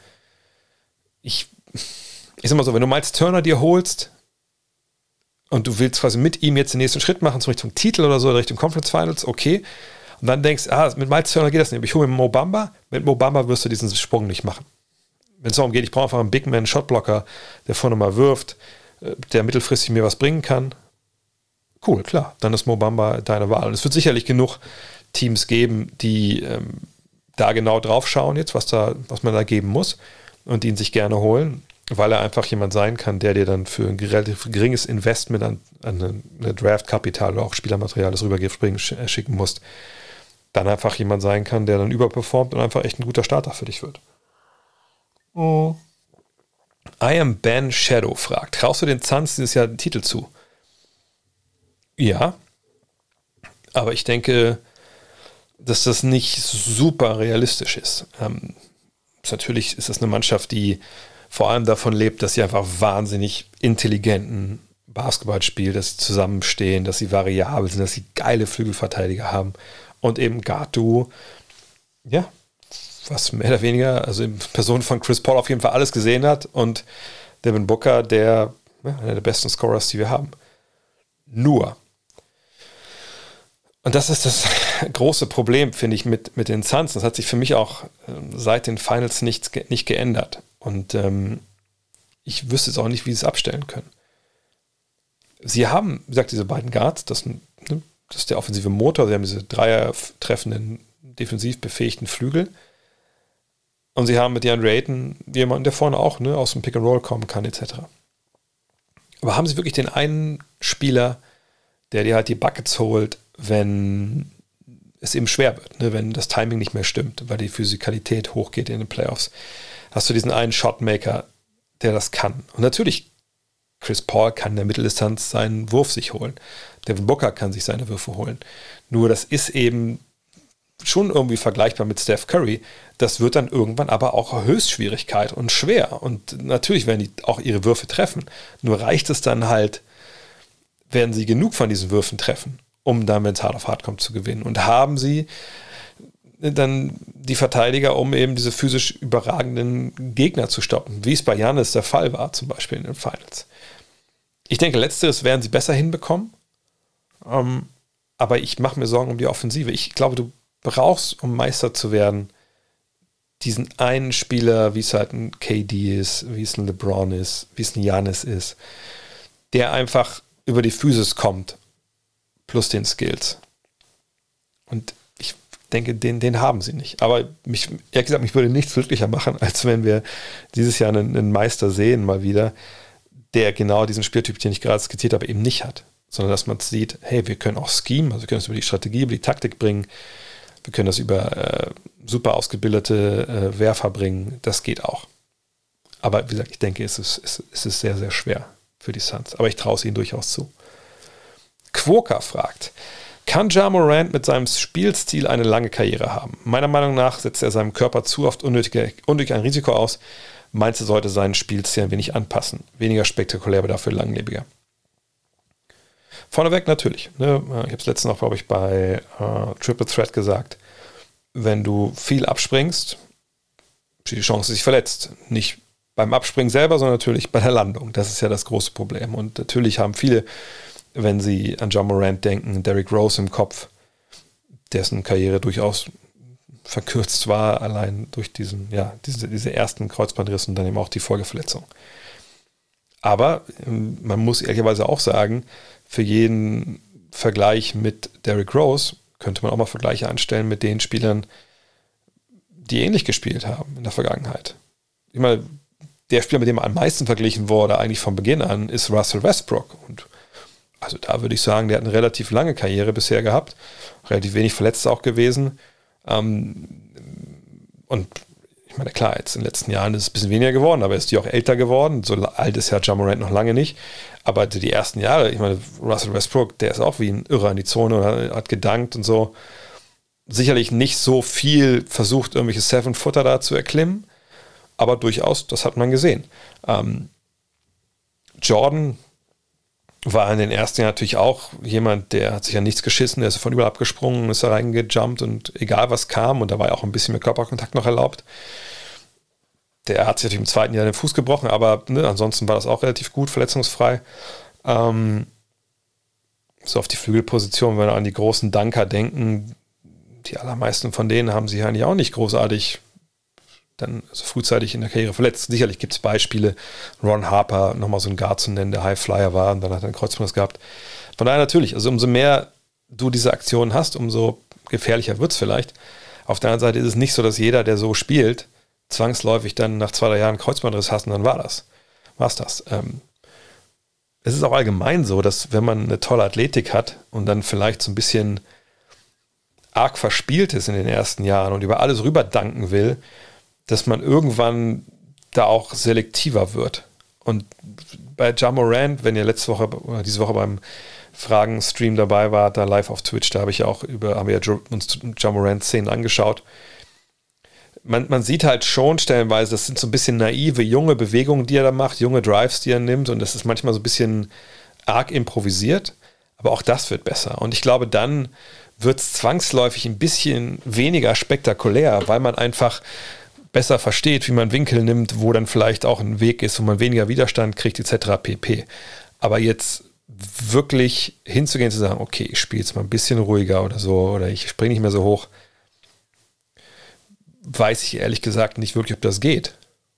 ich sag mal so, wenn du Miles Turner dir holst und du willst quasi mit ihm jetzt den nächsten Schritt machen, so Richtung Titel oder so, Richtung Conference Finals, okay. Und dann denkst, mit Miles Turner geht das nicht. Ich hole mir Mo Bamba. Mit Mo Bamba wirst du diesen Sprung nicht machen. Wenn es darum geht, ich brauche einfach einen Big Man, Shotblocker, der vorne mal wirft, der mittelfristig mir was bringen kann. Cool, klar. Dann ist Mo Bamba deine Wahl. Und es wird sicherlich genug Teams geben, die da genau drauf schauen jetzt, was man da geben muss und ihn sich gerne holen, weil er einfach jemand sein kann, der dir dann für ein relativ geringes Investment an eine Draft-Kapital oder auch Spielermaterial, das schicken musst, dann einfach jemand sein kann, der dann überperformt und einfach echt ein guter Starter für dich wird. Oh. I am Ben Shadow fragt, traust du den Suns dieses Jahr den Titel zu? Ja, aber ich denke, dass das nicht super realistisch ist. Natürlich ist das eine Mannschaft, die vor allem davon lebt, dass sie einfach wahnsinnig intelligenten Basketball spielt, dass sie zusammenstehen, dass sie variabel sind, dass sie geile Flügelverteidiger haben und eben Guard-Duo, ja, was mehr oder weniger, also in Person von Chris Paul auf jeden Fall alles gesehen hat und Devin Booker, einer der besten Scorers, die wir haben. Nur, und das ist große Problem, finde ich, mit den Suns. Das hat sich für mich auch seit den Finals nicht geändert. Und ich wüsste jetzt auch nicht, wie sie es abstellen können. Sie haben, wie gesagt, diese beiden Guards, das ist der offensive Motor, sie haben diese Dreier treffenden, defensiv befähigten Flügel. Und sie haben mit DeAndre Ayton jemanden, der vorne auch aus dem Pick-and-Roll kommen kann, etc. Aber haben sie wirklich den einen Spieler, der dir halt die Buckets holt, wenn es eben schwer wird, wenn das Timing nicht mehr stimmt, weil die Physikalität hochgeht in den Playoffs? Hast du diesen einen Shotmaker, der das kann? Und natürlich, Chris Paul kann in der Mitteldistanz seinen Wurf sich holen. Devin Booker kann sich seine Würfe holen. Nur das ist eben schon irgendwie vergleichbar mit Steph Curry. Das wird dann irgendwann aber auch Höchstschwierigkeit und schwer. Und natürlich werden die auch ihre Würfe treffen. Nur reicht es dann halt, werden sie genug von diesen Würfen treffen, um dann, wenn es hart auf hart kommt, zu gewinnen. Und haben sie dann die Verteidiger, um eben diese physisch überragenden Gegner zu stoppen, wie es bei Giannis der Fall war, zum Beispiel in den Finals. Ich denke, letzteres werden sie besser hinbekommen, aber ich mache mir Sorgen um die Offensive. Ich glaube, du brauchst, um Meister zu werden, diesen einen Spieler, wie es halt ein KD ist, wie es ein LeBron ist, wie es ein Giannis ist, der einfach über die Physis kommt, plus den Skills. Und ich denke, den haben sie nicht. Aber ehrlich gesagt, mich würde nichts glücklicher machen, als wenn wir dieses Jahr einen Meister sehen, mal wieder, der genau diesen Spieltyp, den ich gerade skizziert habe, eben nicht hat. Sondern dass man sieht, hey, wir können auch Scheme, also wir können es über die Strategie, über die Taktik bringen, wir können das über super ausgebildete Werfer bringen, das geht auch. Aber wie gesagt, ich denke, es ist sehr, sehr schwer für die Suns. Aber ich traue es ihnen durchaus zu. Quokka fragt, kann Ja Morant mit seinem Spielstil eine lange Karriere haben? Meiner Meinung nach setzt er seinem Körper zu oft unnötig ein Risiko aus. Meinst du, sollte seinen Spielstil ein wenig anpassen? Weniger spektakulär, aber dafür langlebiger. Vorneweg natürlich. Ich habe es letztens noch, glaube ich, bei Triple Threat gesagt. Wenn du viel abspringst, besteht die Chance, dass sich verletzt. Nicht beim Abspringen selber, sondern natürlich bei der Landung. Das ist ja das große Problem. Und natürlich haben viele, wenn sie an Ja Morant denken, Derrick Rose im Kopf, dessen Karriere durchaus verkürzt war, allein durch diese ersten Kreuzbandriss und dann eben auch die Folgeverletzung. Aber man muss ehrlicherweise auch sagen, für jeden Vergleich mit Derrick Rose könnte man auch mal Vergleiche anstellen mit den Spielern, die ähnlich gespielt haben in der Vergangenheit. Ich meine, der Spieler, mit dem am meisten verglichen wurde, eigentlich von Beginn an, ist Russell Westbrook. Und also da würde ich sagen, der hat eine relativ lange Karriere bisher gehabt, relativ wenig verletzt auch gewesen. Und ich meine, klar, jetzt in den letzten Jahren ist es ein bisschen weniger geworden, aber ist die auch älter geworden. So alt ist ja Ja Morant noch lange nicht. Aber die ersten Jahre, ich meine, Russell Westbrook, der ist auch wie ein Irrer in die Zone und hat gedankt und so. Sicherlich nicht so viel versucht, irgendwelche Seven-Footer da zu erklimmen, aber durchaus, das hat man gesehen. Jordan war in den ersten Jahren natürlich auch jemand, der hat sich ja nichts geschissen, der ist von überall abgesprungen, ist da reingejumpt und egal was kam, und da war ja auch ein bisschen mehr Körperkontakt noch erlaubt. Der hat sich natürlich im zweiten Jahr den Fuß gebrochen, aber ansonsten war das auch relativ gut, verletzungsfrei. So auf die Flügelposition, wenn wir an die großen Dunker denken, die allermeisten von denen haben sich eigentlich auch nicht großartig dann so frühzeitig in der Karriere verletzt. Sicherlich gibt es Beispiele, Ron Harper, nochmal so ein Guard zu nennen, der Highflyer war und dann hat er einen Kreuzbandriss gehabt. Von daher natürlich, also umso mehr du diese Aktionen hast, umso gefährlicher wird es vielleicht. Auf der anderen Seite ist es nicht so, dass jeder, der so spielt, zwangsläufig dann nach 2-3 Jahren Kreuzbandriss hast und dann war's das. Es ist auch allgemein so, dass wenn man eine tolle Athletik hat und dann vielleicht so ein bisschen arg verspielt ist in den ersten Jahren und über alles rüberdanken will, dass man irgendwann da auch selektiver wird. Und bei Ja Morant, wenn ihr letzte Woche oder diese Woche beim Fragen-Stream dabei wart, da live auf Twitch, da haben wir uns Ja Morant-Szenen angeschaut. Man sieht halt schon stellenweise, das sind so ein bisschen naive, junge Bewegungen, die er da macht, junge Drives, die er nimmt, und das ist manchmal so ein bisschen arg improvisiert, aber auch das wird besser. Und ich glaube, dann wird es zwangsläufig ein bisschen weniger spektakulär, weil man einfach besser versteht, wie man Winkel nimmt, wo dann vielleicht auch ein Weg ist, wo man weniger Widerstand kriegt, etc. pp. Aber jetzt wirklich hinzugehen, zu sagen, okay, ich spiele jetzt mal ein bisschen ruhiger oder so, oder ich springe nicht mehr so hoch, weiß ich ehrlich gesagt nicht wirklich, ob das geht.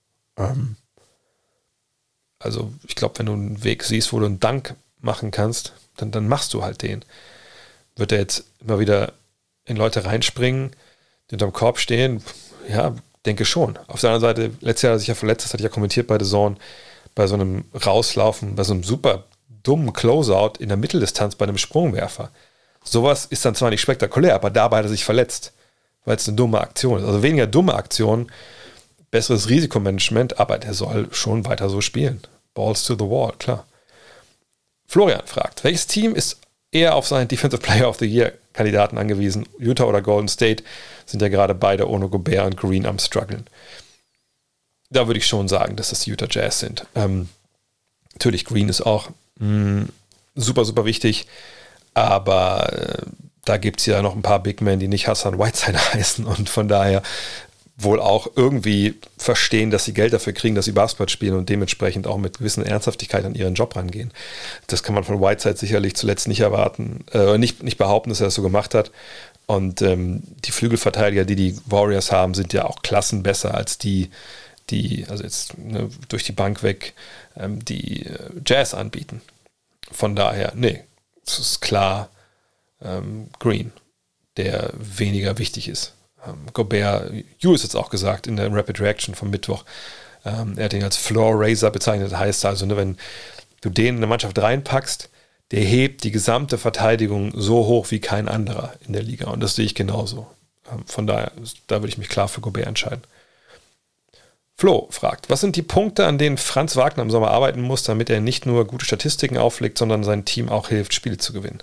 Also ich glaube, wenn du einen Weg siehst, wo du einen Dunk machen kannst, dann machst du halt den. Wird er jetzt immer wieder in Leute reinspringen, die unterm Korb stehen? Ja, denke schon. Auf der anderen Seite, letztes Jahr, als ich ja verletzt, das hatte ich ja kommentiert bei The Zone, bei so einem Rauslaufen, bei so einem super dummen Closeout in der Mitteldistanz bei einem Sprungwerfer. Sowas ist dann zwar nicht spektakulär, aber dabei hat er sich verletzt, weil es eine dumme Aktion ist. Also weniger dumme Aktionen, besseres Risikomanagement, aber der soll schon weiter so spielen. Balls to the wall, klar. Florian fragt, welches Team ist eher auf seinen Defensive Player of the Year Kandidaten angewiesen? Utah oder Golden State sind ja gerade beide ohne Gobert und Green am struggeln. Da würde ich schon sagen, dass das die Utah Jazz sind. Natürlich, Green ist auch super, super wichtig, aber da gibt es ja noch ein paar Big Men, die nicht Hassan Whiteside heißen und von daher wohl auch irgendwie verstehen, dass sie Geld dafür kriegen, dass sie Basketball spielen und dementsprechend auch mit gewissen Ernsthaftigkeit an ihren Job rangehen. Das kann man von Whiteside sicherlich zuletzt nicht erwarten, nicht behaupten, dass er das so gemacht hat. Und die Flügelverteidiger, die Warriors haben, sind ja auch Klassen besser als die also jetzt durch die Bank weg, die Jazz anbieten. Von daher, es ist klar Green, der weniger wichtig ist. Gobert, Hughes hat es auch gesagt in der Rapid Reaction vom Mittwoch, er hat ihn als Floor Raiser bezeichnet, heißt also, wenn du den in eine Mannschaft reinpackst, der hebt die gesamte Verteidigung so hoch wie kein anderer in der Liga und das sehe ich genauso. Von daher, da würde ich mich klar für Gobert entscheiden. Flo fragt, was sind die Punkte, an denen Franz Wagner im Sommer arbeiten muss, damit er nicht nur gute Statistiken auflegt, sondern sein Team auch hilft, Spiele zu gewinnen?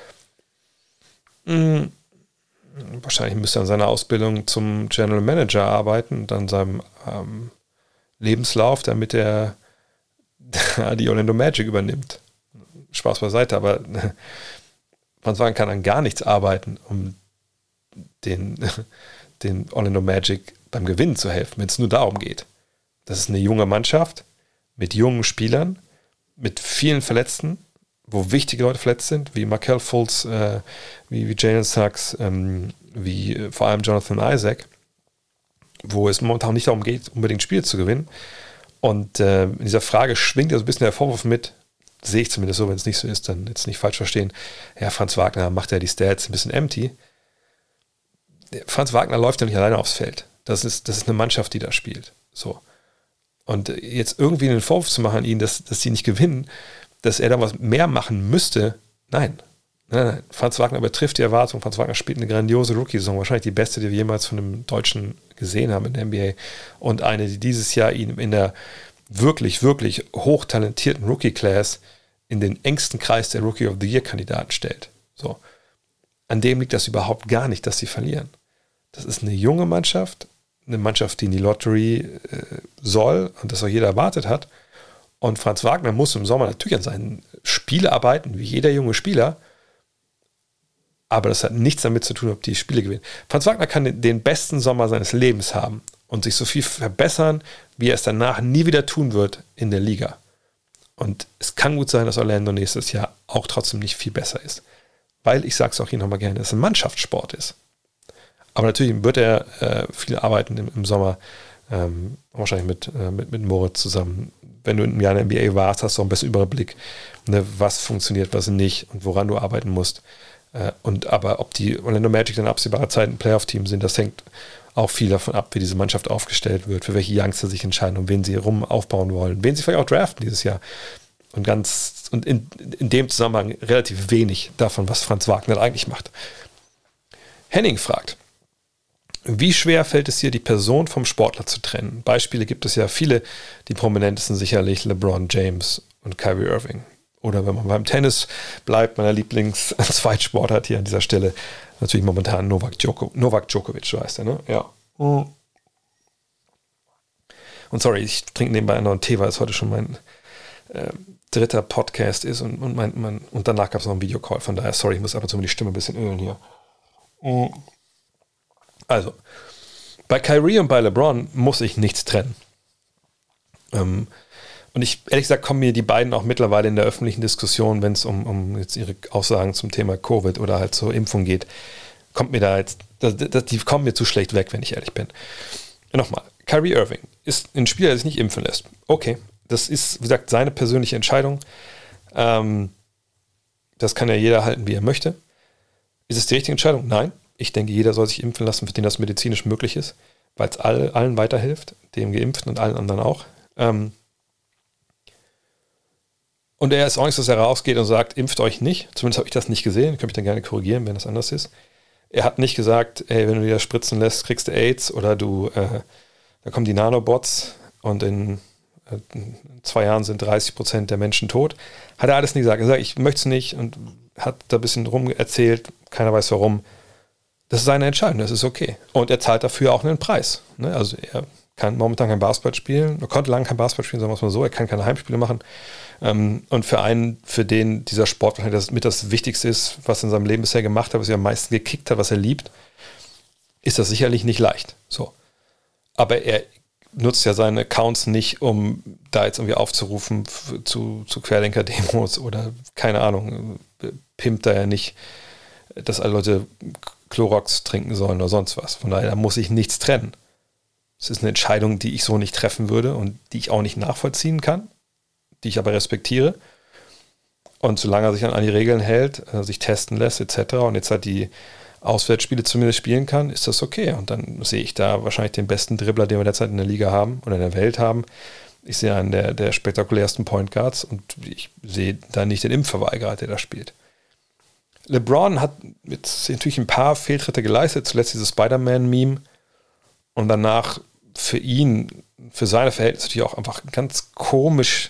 Wahrscheinlich müsste er an seiner Ausbildung zum General Manager arbeiten und an seinem Lebenslauf, damit er die Orlando Magic übernimmt. Spaß beiseite, aber Franz Wagner kann an gar nichts arbeiten, um den Orlando Magic beim Gewinnen zu helfen, wenn es nur darum geht. Das ist eine junge Mannschaft mit jungen Spielern, mit vielen Verletzten, wo wichtige Leute verletzt sind, wie Markelle Fultz, wie Jalen Suggs, wie vor allem Jonathan Isaac, wo es momentan nicht darum geht, unbedingt Spiele zu gewinnen. Und in dieser Frage schwingt ja so ein bisschen der Vorwurf mit, sehe ich zumindest so, wenn es nicht so ist, dann jetzt nicht falsch verstehen, ja, Franz Wagner macht ja die Stats ein bisschen empty. Franz Wagner läuft ja nicht alleine aufs Feld. Das ist eine Mannschaft, die da spielt. So. Und jetzt irgendwie einen Vorwurf zu machen an ihn, dass sie nicht gewinnen, dass er da was mehr machen müsste, nein. Franz Wagner übertrifft die Erwartung. Franz Wagner spielt eine grandiose Rookie-Saison, wahrscheinlich die beste, die wir jemals von einem Deutschen gesehen haben in der NBA und eine, die dieses Jahr ihn in der wirklich, wirklich hochtalentierten Rookie-Class in den engsten Kreis der Rookie of the Year-Kandidaten stellt. So. An dem liegt das überhaupt gar nicht, dass sie verlieren. Das ist eine junge Mannschaft, eine Mannschaft, die in die Lottery soll und das auch jeder erwartet hat. Und Franz Wagner muss im Sommer natürlich an seinen Spielen arbeiten, wie jeder junge Spieler. Aber das hat nichts damit zu tun, ob die Spiele gewinnen. Franz Wagner kann den besten Sommer seines Lebens haben und sich so viel verbessern, wie er es danach nie wieder tun wird in der Liga. Und es kann gut sein, dass Orlando nächstes Jahr auch trotzdem nicht viel besser ist. Weil, ich sage es auch hier nochmal gerne, es ein Mannschaftssport ist. Aber natürlich wird er viel arbeiten im Sommer, wahrscheinlich mit Moritz zusammen. Wenn du im Jahr in der NBA warst, hast du auch ein bisschen Überblick, was funktioniert, was nicht und woran du arbeiten musst. Aber ob die Orlando Magic in absehbarer Zeit ein Playoff-Team sind, das hängt auch viel davon ab, wie diese Mannschaft aufgestellt wird, für welche Youngster sich entscheiden, um wen sie herum aufbauen wollen, wen sie vielleicht auch draften dieses Jahr. Und in dem Zusammenhang relativ wenig davon, was Franz Wagner eigentlich macht. Henning fragt, wie schwer fällt es dir, die Person vom Sportler zu trennen? Beispiele gibt es ja viele, die prominentesten sicherlich LeBron James und Kyrie Irving. Oder wenn man beim Tennis bleibt, meiner Lieblings-Zweitsportart hier an dieser Stelle, natürlich momentan Novak Djokovic, so heißt er, ne? Ja. Und sorry, ich trinke nebenbei noch einen Tee, weil es heute schon mein dritter Podcast ist und danach gab es noch einen Videocall. Von daher, sorry, ich muss ab und zu mal die Stimme ein bisschen ölen hier. Also, bei Kyrie und bei LeBron muss ich nichts trennen. Und ehrlich gesagt, kommen mir die beiden auch mittlerweile in der öffentlichen Diskussion, wenn es um jetzt ihre Aussagen zum Thema Covid oder halt zur Impfung geht, kommt mir da jetzt, die kommen mir zu schlecht weg, wenn ich ehrlich bin. Nochmal, Kyrie Irving ist ein Spieler, der sich nicht impfen lässt. Okay, das ist, wie gesagt, seine persönliche Entscheidung. Das kann ja jeder halten, wie er möchte. Ist es die richtige Entscheidung? Nein. Ich denke, jeder soll sich impfen lassen, für den das medizinisch möglich ist, weil es allen weiterhilft, dem Geimpften und allen anderen auch. Und er ist auch nicht so, dass er rausgeht und sagt, impft euch nicht. Zumindest habe ich das nicht gesehen. Könnt mich dann gerne korrigieren, wenn das anders ist. Er hat nicht gesagt, ey, wenn du dir das spritzen lässt, kriegst du AIDS oder da kommen die Nanobots und in 2 Jahren sind 30% der Menschen tot. Hat er alles nicht gesagt. Er sagt, ich möchte es nicht und hat da ein bisschen rum erzählt. Keiner weiß warum. Das ist seine Entscheidung, das ist okay. Und er zahlt dafür auch einen Preis. Ne? Also er kann momentan kein Basketball spielen. Er konnte lange kein Basketball spielen, sagen wir es mal so. Er kann keine Heimspiele machen. Und für einen, für den dieser Sport mit das Wichtigste ist, was er in seinem Leben bisher gemacht hat, was er am meisten gekickt hat, was er liebt, ist das sicherlich nicht leicht. So. Aber er nutzt ja seine Accounts nicht, um da jetzt irgendwie aufzurufen zu Querdenker-Demos oder keine Ahnung, pimpt da ja nicht, dass alle Leute Clorox trinken sollen oder sonst was. Von daher, da muss ich nichts trennen. Es ist eine Entscheidung, die ich so nicht treffen würde und die ich auch nicht nachvollziehen kann, die ich aber respektiere. Und solange er sich an die Regeln hält, sich testen lässt etc. und jetzt halt die Auswärtsspiele zumindest spielen kann, ist das okay. Und dann sehe ich da wahrscheinlich den besten Dribbler, den wir derzeit in der Liga haben oder in der Welt haben. Ich sehe einen der spektakulärsten Point Guards und ich sehe da nicht den Impfverweigerer, der da spielt. LeBron hat jetzt natürlich ein paar Fehltritte geleistet, zuletzt dieses Spider-Man-Meme und danach für ihn, für seine Verhältnisse natürlich auch einfach ganz komisch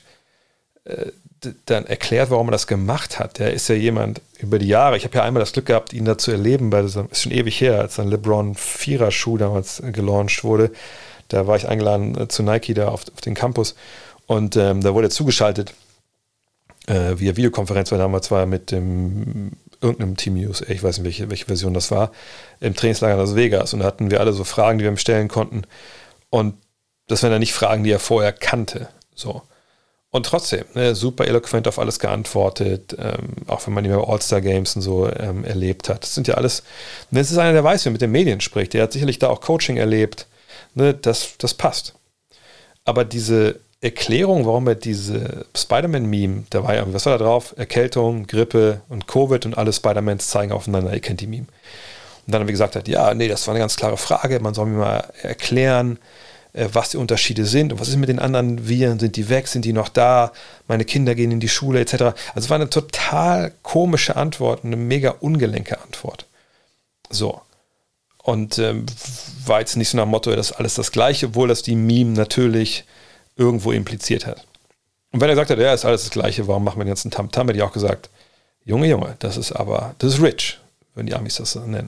dann erklärt, warum er das gemacht hat. Der ist ja jemand über die Jahre, ich habe ja einmal das Glück gehabt, ihn da zu erleben, weil das ist schon ewig her, als ein LeBron 4er-Schuh damals gelauncht wurde. Da war ich eingeladen zu Nike da auf den Campus und da wurde er zugeschaltet via Videokonferenz, weil damals war er mit irgendeinem Team USA, ich weiß nicht, welche Version das war, im Trainingslager in Las Vegas und da hatten wir alle so Fragen, die wir ihm stellen konnten und das waren dann nicht Fragen, die er vorher kannte. So. Und trotzdem, super eloquent auf alles geantwortet, auch wenn man ihn bei All-Star-Games und so erlebt hat. Das sind ja alles, das ist einer, der weiß, wie er mit den Medien spricht. Der hat sicherlich da auch Coaching erlebt. Ne, das passt. Aber diese Erklärung, warum er diese Spider-Man-Meme, da war ja, was war da drauf? Erkältung, Grippe und Covid und alle Spider-Mans zeigen aufeinander, ihr kennt die Meme. Und dann haben wir gesagt, ja, nee, das war eine ganz klare Frage, man soll mir mal erklären, was die Unterschiede sind und was ist mit den anderen Viren, sind die weg, sind die noch da, meine Kinder gehen in die Schule etc. Also es war eine total komische Antwort, eine mega ungelenke Antwort. So. Und war jetzt nicht so nach dem Motto, das ist alles das Gleiche, obwohl das die Meme natürlich irgendwo impliziert hat. Und wenn er gesagt hat, ja, ist alles das Gleiche, warum machen wir den ganzen Tamtam, hätte ich auch gesagt, Junge, das ist rich, wenn die Amis das so nennen.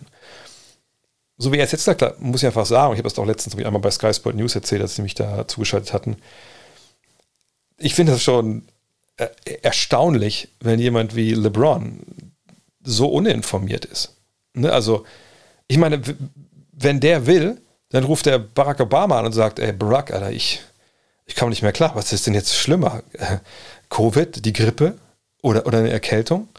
So wie er es jetzt sagt, muss ich einfach sagen, ich habe das auch letztens einmal bei Sky Sport News erzählt, als sie mich da zugeschaltet hatten. Ich finde das schon erstaunlich, wenn jemand wie LeBron so uninformiert ist. Ne? Also, ich meine, wenn der will, dann ruft der Barack Obama an und sagt, ey, Barack, Alter, ich komme nicht mehr klar, was ist denn jetzt schlimmer? Covid, die Grippe oder eine Erkältung?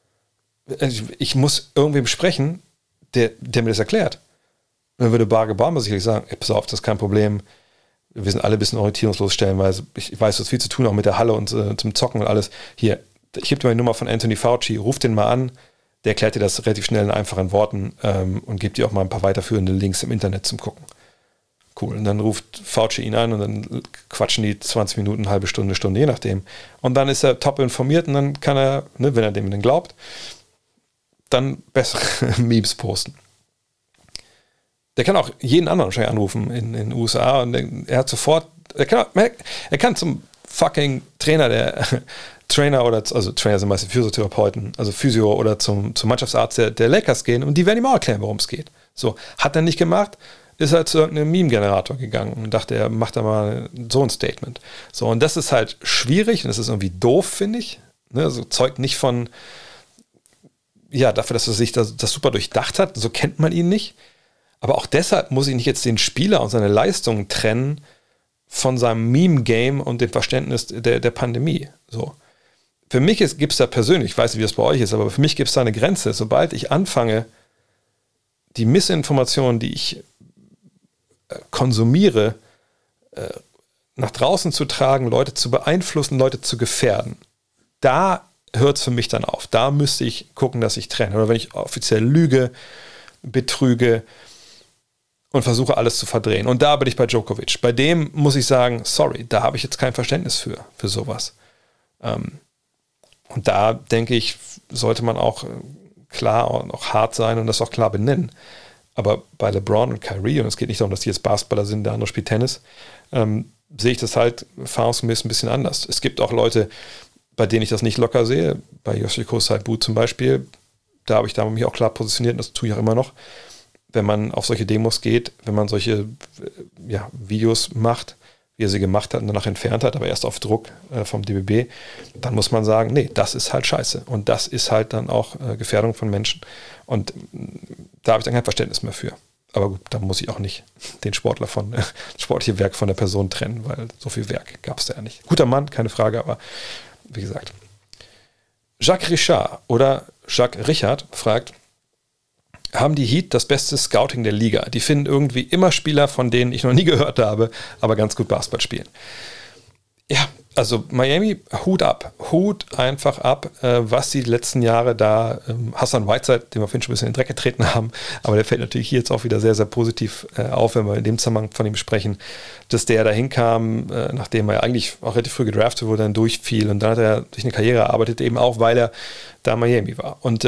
Ich muss irgendwem sprechen, der mir das erklärt. Und dann würde Barack Obama sicherlich sagen, ey, pass auf, das ist kein Problem, wir sind alle ein bisschen orientierungslos stellenweise, ich weiß, du hast viel zu tun, auch mit der Halle und zum Zocken und alles. Hier, ich gebe dir mal die Nummer von Anthony Fauci, ruf den mal an, der erklärt dir das relativ schnell in einfachen Worten und gibt dir auch mal ein paar weiterführende Links im Internet zum Gucken. Cool. Und dann ruft Fauci ihn an und dann quatschen die 20 Minuten, halbe Stunde, je nachdem. Und dann ist er top informiert und dann kann er, ne, wenn er dem denn glaubt, dann bessere Memes posten. Der kann auch jeden anderen wahrscheinlich anrufen in den USA und er hat sofort, er kann zum fucking Trainer Trainer sind meistens Physiotherapeuten, also Physio oder zum Mannschaftsarzt der Lakers gehen und die werden ihm auch erklären, worum es geht. So, hat er nicht gemacht, ist er zu irgendeinem Meme-Generator gegangen und dachte, er macht da mal so ein Statement. So, und das ist halt schwierig und das ist irgendwie doof, finde ich. Ne, also zeugt nicht von, ja, dafür, dass er sich das super durchdacht hat, so kennt man ihn nicht. Aber auch deshalb muss ich nicht jetzt den Spieler und seine Leistungen trennen von seinem Meme-Game und dem Verständnis der Pandemie. So. Für mich gibt es da persönlich, ich weiß nicht, wie das bei euch ist, aber für mich gibt es da eine Grenze. Sobald ich anfange, die Missinformationen, die ich konsumiere, nach draußen zu tragen, Leute zu beeinflussen, Leute zu gefährden, da hört es für mich dann auf. Da müsste ich gucken, dass ich trenne. Oder wenn ich offiziell lüge, betrüge und versuche alles zu verdrehen. Und da bin ich bei Djokovic. Bei dem muss ich sagen, sorry, da habe ich jetzt kein Verständnis für sowas. Und da denke ich, sollte man auch klar und auch hart sein und das auch klar benennen. Aber bei LeBron und Kyrie, und es geht nicht darum, dass die jetzt Basketballer sind, der andere spielt Tennis, sehe ich das halt erfahrungsgemäß ein bisschen anders. Es gibt auch Leute, bei denen ich das nicht locker sehe. Bei Yoshiko Saibu zum Beispiel, da habe ich mich auch klar positioniert und das tue ich auch immer noch. Wenn man auf solche Demos geht, wenn man solche Videos macht, wie er sie gemacht hat und danach entfernt hat, aber erst auf Druck vom DBB, dann muss man sagen, nee, das ist halt scheiße. Und das ist halt dann auch Gefährdung von Menschen. Und da habe ich dann kein Verständnis mehr für. Aber gut, da muss ich auch nicht den Sportler das sportliche Werk von der Person trennen, weil so viel Werk gab es da ja nicht. Guter Mann, keine Frage, aber wie gesagt. Jacques Richard oder Jacques Richard fragt, haben die Heat das beste Scouting der Liga? Die finden irgendwie immer Spieler, von denen ich noch nie gehört habe, aber ganz gut Basketball spielen. Ja, also Miami, Hut einfach ab, was die letzten Jahre da, Hassan Whiteside, den wir vorhin schon ein bisschen in den Dreck getreten haben, aber der fällt natürlich hier jetzt auch wieder sehr, sehr positiv auf, wenn wir in dem Zusammenhang von ihm sprechen, dass der da hinkam, nachdem er eigentlich auch relativ früh gedraftet wurde, dann durchfiel und dann hat er durch eine Karriere erarbeitet, eben auch, weil er da in Miami war. Und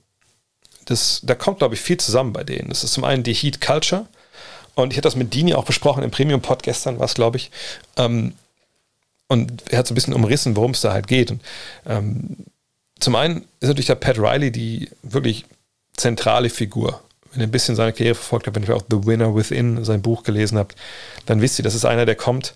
da kommt, glaube ich, viel zusammen bei denen. Das ist zum einen die Heat Culture und ich hatte das mit Dini auch besprochen im Premium-Pod gestern, war es, glaube ich, und er hat so ein bisschen umrissen, worum es da halt geht. Und, zum einen ist natürlich der Pat Riley die wirklich zentrale Figur. Wenn ihr ein bisschen seine Karriere verfolgt habt, wenn ihr auch The Winner Within, sein Buch gelesen habt, dann wisst ihr, das ist einer, der kommt,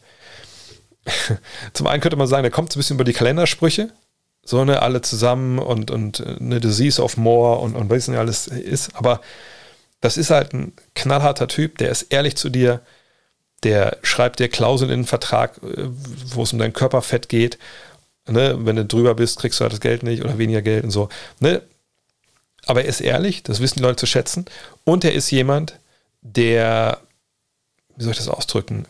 zum einen könnte man sagen, der kommt so ein bisschen über die Kalendersprüche, so eine alle zusammen und eine Disease of More und was nicht alles ist, aber das ist halt ein knallharter Typ, der ist ehrlich zu dir, der schreibt dir Klauseln in den Vertrag, wo es um dein Körperfett geht, ne? Wenn du drüber bist, kriegst du halt das Geld nicht oder weniger Geld und so, ne? Aber er ist ehrlich, das wissen die Leute zu schätzen und er ist jemand, der, wie soll ich das ausdrücken,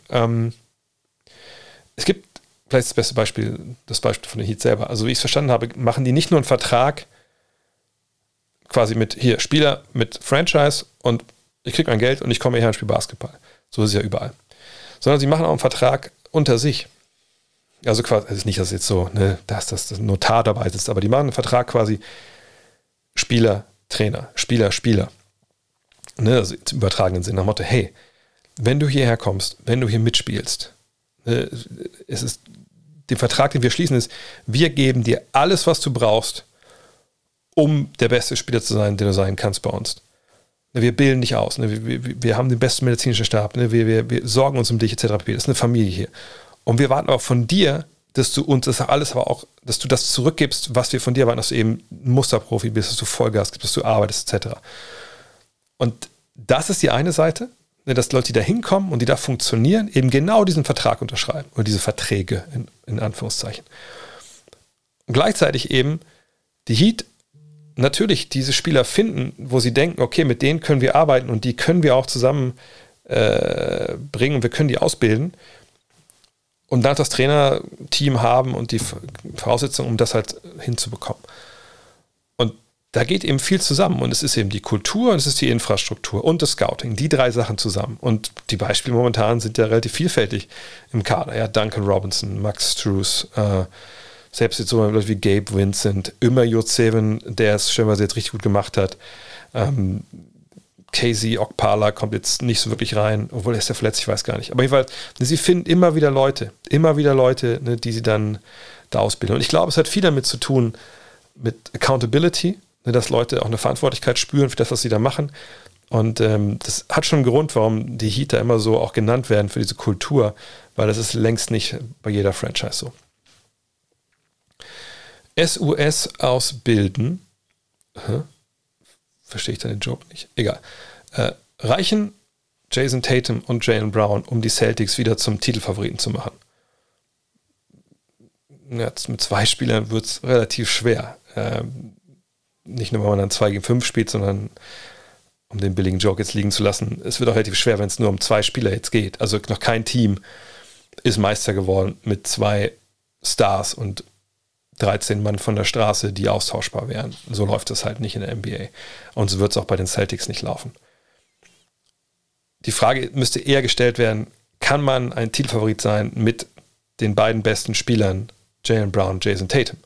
es gibt vielleicht das Beispiel von den Heat selber. Also wie ich es verstanden habe, machen die nicht nur einen Vertrag quasi mit hier Spieler mit Franchise und ich kriege mein Geld und ich komme hierher und spiele Basketball. So ist es ja überall. Sondern sie machen auch einen Vertrag unter sich. Also quasi, also nicht, dass jetzt so, ne, dass das Notar dabei sitzt, aber die machen einen Vertrag quasi Spieler, Trainer, Spieler, Spieler. Ne, also im übertragenen Sinn, nach dem Motto, hey, wenn du hierher kommst, wenn du hier mitspielst, es ist der Vertrag, den wir schließen, ist, wir geben dir alles, was du brauchst, um der beste Spieler zu sein, den du sein kannst bei uns. Wir bilden dich aus, wir haben den besten medizinischen Stab, wir sorgen uns um dich, etc. Das ist eine Familie hier. Und wir warten auch von dir, dass du uns das alles, aber auch, dass du das zurückgibst, was wir von dir erwarten, dass du eben ein Musterprofi bist, dass du Vollgas gibst, dass du arbeitest, etc. Und das ist die eine Seite, dass Leute, die da hinkommen und die da funktionieren, eben genau diesen Vertrag unterschreiben oder diese Verträge in Anführungszeichen. Und gleichzeitig eben die Heat natürlich diese Spieler finden, wo sie denken, okay, mit denen können wir arbeiten und die können wir auch zusammen bringen und wir können die ausbilden und dann das Trainerteam haben und die Voraussetzungen, um das halt hinzubekommen. Und da geht eben viel zusammen und es ist eben die Kultur und es ist die Infrastruktur und das Scouting, die drei Sachen zusammen. Und die Beispiele momentan sind ja relativ vielfältig im Kader. Ja, Duncan Robinson, Max Strus, selbst jetzt so Leute wie Gabe Vincent, immer Jurtseven, der es stellenweise jetzt richtig gut gemacht hat. Casey Okpala kommt jetzt nicht so wirklich rein, obwohl er ist ja verletzt, ich weiß gar nicht. Aber jedenfalls, sie finden immer wieder Leute, ne, die sie dann da ausbilden. Und ich glaube, es hat viel damit zu tun, mit Accountability, ne, dass Leute auch eine Verantwortlichkeit spüren für das, was sie da machen. Und das hat schon einen Grund, warum die Heat da immer so auch genannt werden für diese Kultur, weil das ist längst nicht bei jeder Franchise so. SUS ausbilden. Verstehe ich da den Joke nicht? Egal. Reichen Jason Tatum und Jaylen Brown, um die Celtics wieder zum Titelfavoriten zu machen? Jetzt mit 2 Spielern wird es relativ schwer. Nicht nur, wenn man dann 2 gegen 5 spielt, sondern um den billigen Joke jetzt liegen zu lassen. Es wird auch relativ schwer, wenn es nur um 2 Spieler jetzt geht. Also noch kein Team ist Meister geworden mit 2 Stars und 13 Mann von der Straße, die austauschbar wären. So läuft es halt nicht in der NBA. Und so wird es auch bei den Celtics nicht laufen. Die Frage müsste eher gestellt werden, kann man ein Titelfavorit sein mit den beiden besten Spielern, Jaylen Brown und Jason Tatum?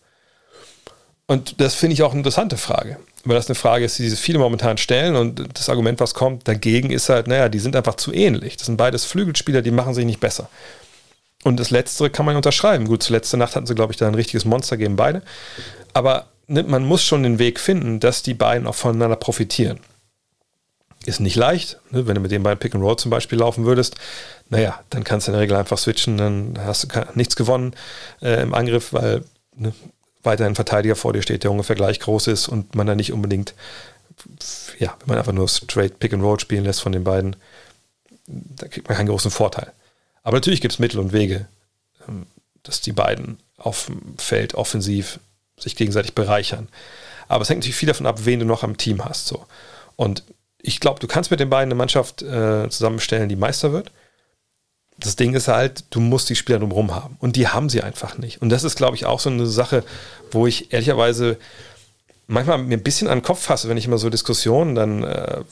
Und das finde ich auch eine interessante Frage, weil das eine Frage ist, die sich viele momentan stellen, und das Argument, was kommt dagegen, ist halt, naja, die sind einfach zu ähnlich. Das sind beides Flügelspieler, die machen sich nicht besser. Und das Letztere kann man unterschreiben. Gut, zur letzten Nacht hatten sie, glaube ich, da ein richtiges Monster gegen beide. Aber man muss schon den Weg finden, dass die beiden auch voneinander profitieren. Ist nicht leicht, ne? Wenn du mit den beiden Pick and Roll zum Beispiel laufen würdest, naja, dann kannst du in der Regel einfach switchen, dann hast du nichts gewonnen im Angriff, weil weiterhin ein Verteidiger vor dir steht, der ungefähr gleich groß ist und man dann nicht unbedingt, ja, wenn man einfach nur straight Pick and Roll spielen lässt von den beiden, da kriegt man keinen großen Vorteil. Aber natürlich gibt es Mittel und Wege, dass die beiden auf dem Feld offensiv sich gegenseitig bereichern. Aber es hängt natürlich viel davon ab, wen du noch am Team hast. So. Und ich glaube, du kannst mit den beiden eine Mannschaft zusammenstellen, die Meister wird. Das Ding ist halt, du musst die Spieler drumherum haben. Und die haben sie einfach nicht. Und das ist, glaube ich, auch so eine Sache, wo ich ehrlicherweise manchmal mir ein bisschen an den Kopf fasse, wenn ich immer so Diskussionen dann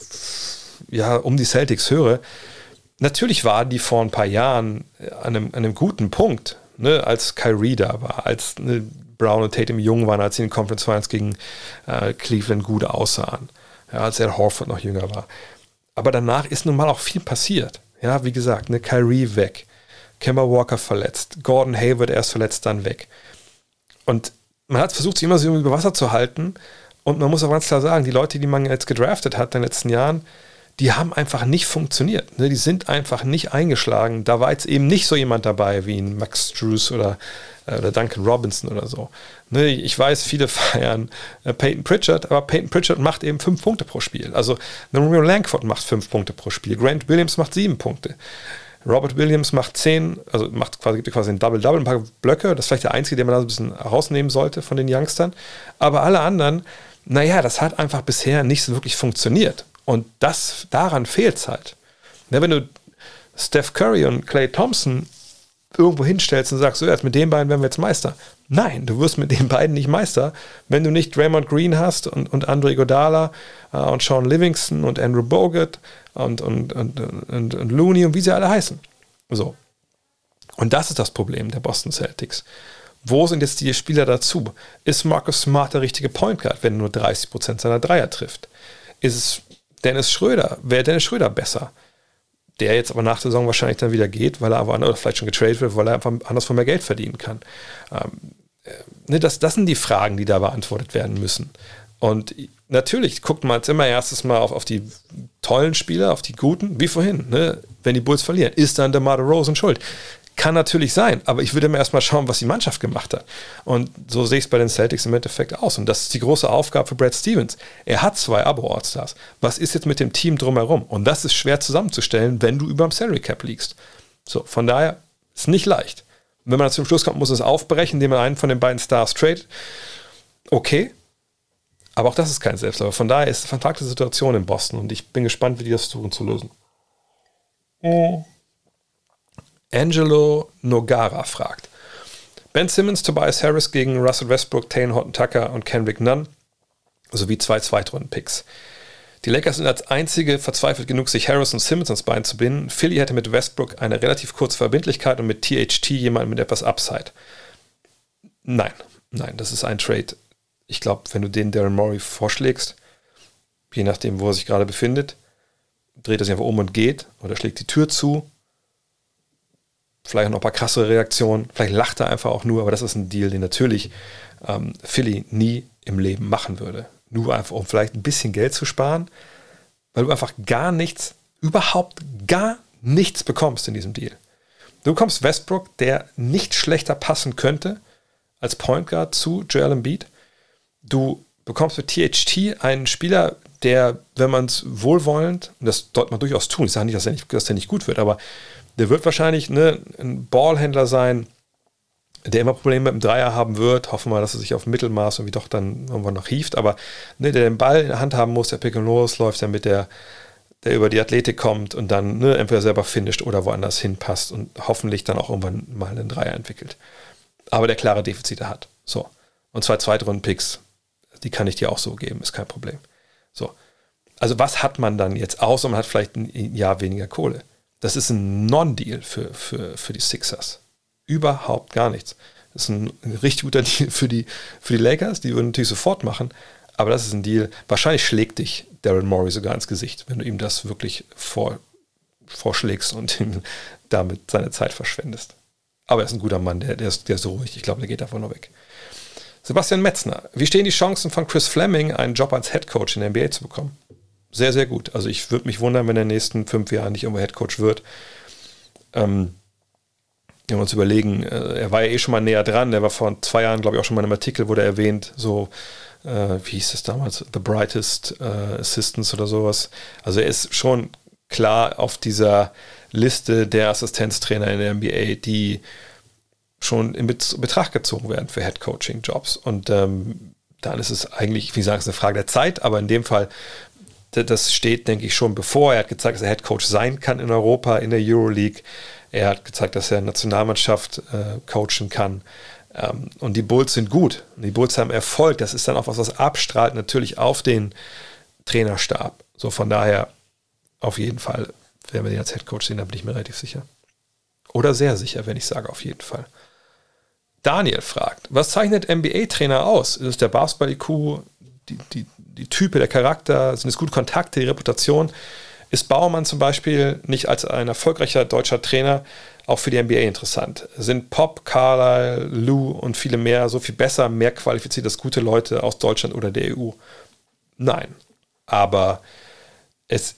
um die Celtics höre. Natürlich waren die vor ein paar Jahren an einem guten Punkt, ne, als Kyrie da war, als Brown und Tatum jung waren, als sie in den Conference Finals gegen Cleveland gut aussahen, ja, als Al Horford noch jünger war. Aber danach ist nun mal auch viel passiert. Ja, wie gesagt, Kyrie weg, Kemba Walker verletzt, Gordon Hayward erst verletzt, dann weg. Und man hat versucht, sich immer so über Wasser zu halten. Und man muss auch ganz klar sagen, die Leute, die man jetzt gedraftet hat in den letzten Jahren, die haben einfach nicht funktioniert. Die sind einfach nicht eingeschlagen. Da war jetzt eben nicht so jemand dabei wie ein Max Strus oder Duncan Robinson oder so. Ich weiß, viele feiern Peyton Pritchard, aber Peyton Pritchard macht eben 5 Punkte pro Spiel. Also Romeo Langford macht 5 Punkte pro Spiel. Grant Williams macht 7 Punkte. Robert Williams macht 10, also gibt quasi ein Double-Double, ein paar Blöcke. Das ist vielleicht der Einzige, den man da so ein bisschen rausnehmen sollte von den Youngstern. Aber alle anderen, das hat einfach bisher nicht so wirklich funktioniert. Und daran fehlt es halt. Ja, wenn du Steph Curry und Klay Thompson irgendwo hinstellst und sagst, so, jetzt mit den beiden werden wir jetzt Meister. Nein, du wirst mit den beiden nicht Meister, wenn du nicht Draymond Green hast und Andre Iguodala und Sean Livingston und Andrew Bogut und Looney und wie sie alle heißen. So. Und das ist das Problem der Boston Celtics. Wo sind jetzt die Spieler dazu? Ist Marcus Smart der richtige Point Guard, wenn er nur 30% seiner Dreier trifft? Ist es Dennis Schröder? Wäre Dennis Schröder besser? Der jetzt aber nach der Saison wahrscheinlich dann wieder geht, weil er aber oder vielleicht schon getradet wird, weil er einfach anderswo mehr Geld verdienen kann. Das sind die Fragen, die da beantwortet werden müssen. Und natürlich guckt man jetzt immer erstes Mal auf die tollen Spieler, auf die guten, wie vorhin. Wenn die Bulls verlieren, ist dann DeMar DeRozan schuld? Kann natürlich sein, aber ich würde mir erstmal schauen, was die Mannschaft gemacht hat. Und so sehe ich es bei den Celtics im Endeffekt aus. Und das ist die große Aufgabe für Brad Stevens. Er hat 2 Abo-All-Stars. Was ist jetzt mit dem Team drumherum? Und das ist schwer zusammenzustellen, wenn du über dem Salary Cap liegst. So, von daher ist nicht leicht. Und wenn man zum Schluss kommt, muss es aufbrechen, indem man einen von den beiden Stars tradet. Okay, aber auch das ist kein Selbstläufer. Von daher ist es eine vertragte Situation in Boston und ich bin gespannt, wie die das versuchen zu lösen. Angelo Nogara fragt: Ben Simmons, Tobias Harris gegen Russell Westbrook, Taylor Horton Tucker und Kendrick Nunn sowie 2 Zweitrunden-Picks. Die Lakers sind als einzige verzweifelt genug, sich Harris und Simmons ans Bein zu binden. Philly hätte mit Westbrook eine relativ kurze Verbindlichkeit und mit THT jemanden mit etwas Upside. Nein, das ist ein Trade. Ich glaube, wenn du den Daryl Morey vorschlägst, je nachdem, wo er sich gerade befindet, dreht er sich einfach um und geht oder schlägt die Tür zu. Vielleicht noch ein paar krassere Reaktionen. Vielleicht lacht er einfach auch nur, aber das ist ein Deal, den natürlich Philly nie im Leben machen würde. Nur einfach, um vielleicht ein bisschen Geld zu sparen, weil du einfach überhaupt gar nichts bekommst in diesem Deal. Du bekommst Westbrook, der nicht schlechter passen könnte als Point Guard zu Joel Embiid. Du bekommst mit THT einen Spieler, der, wenn man es wohlwollend, und das sollte man durchaus tun, ich sage nicht, dass der nicht gut wird, aber der wird wahrscheinlich ein Ballhändler sein, der immer Probleme mit dem Dreier haben wird. Hoffen wir, dass er sich auf Mittelmaß irgendwie doch dann irgendwann noch hieft, aber der den Ball in der Hand haben muss, der Pick and Rolls läuft, damit der über die Athletik kommt und dann entweder selber finisht oder woanders hinpasst und hoffentlich dann auch irgendwann mal einen Dreier entwickelt. Aber der klare Defizite hat. So. Und 2 Zweitrunden-Picks, die kann ich dir auch so geben, ist kein Problem. So. Also was hat man dann jetzt, außer man hat vielleicht ein Jahr weniger Kohle? Das ist ein Non-Deal für die Sixers. Überhaupt gar nichts. Das ist ein richtig guter Deal für die Lakers, die würden natürlich sofort machen, aber das ist ein Deal, wahrscheinlich schlägt dich Daryl Morey sogar ins Gesicht, wenn du ihm das wirklich vorschlägst und ihm damit seine Zeit verschwendest. Aber er ist ein guter Mann, der ist so ruhig, ich glaube, der geht davon nur weg. Sebastian Metzner, wie stehen die Chancen von Chris Fleming, einen Job als Headcoach in der NBA zu bekommen? Sehr, sehr gut. Also ich würde mich wundern, wenn er in den nächsten 5 Jahren nicht irgendwo Headcoach wird. Wenn wir uns überlegen, er war ja schon mal näher dran, der war vor 2 Jahren, glaube ich, auch schon mal in einem Artikel, wurde erwähnt, so, wie hieß es damals, The Brightest Assistants oder sowas. Also er ist schon klar auf dieser Liste der Assistenztrainer in der NBA, die schon in Betracht gezogen werden für Head-Coaching-Jobs. Und dann ist es eigentlich, wie gesagt, es ist eine Frage der Zeit, aber in dem Fall, das steht, denke ich, schon bevor. Er hat gezeigt, dass er Head-Coach sein kann in Europa, in der Euroleague. Er hat gezeigt, dass er Nationalmannschaft coachen kann. Und die Bulls sind gut. Die Bulls haben Erfolg. Das ist dann auch was abstrahlt natürlich auf den Trainerstab. So von daher auf jeden Fall, wenn wir den als Headcoach sehen, da bin ich mir relativ sicher. Oder sehr sicher, wenn ich sage auf jeden Fall. Daniel fragt, was zeichnet NBA-Trainer aus? Ist es der Basketball-IQ, die Type, der Charakter, sind es gute Kontakte, die Reputation? Ist Baumann zum Beispiel nicht als ein erfolgreicher deutscher Trainer auch für die NBA interessant? Sind Pop, Carlisle, Lou und viele mehr so viel besser, mehr qualifiziert als gute Leute aus Deutschland oder der EU? Nein. Aber es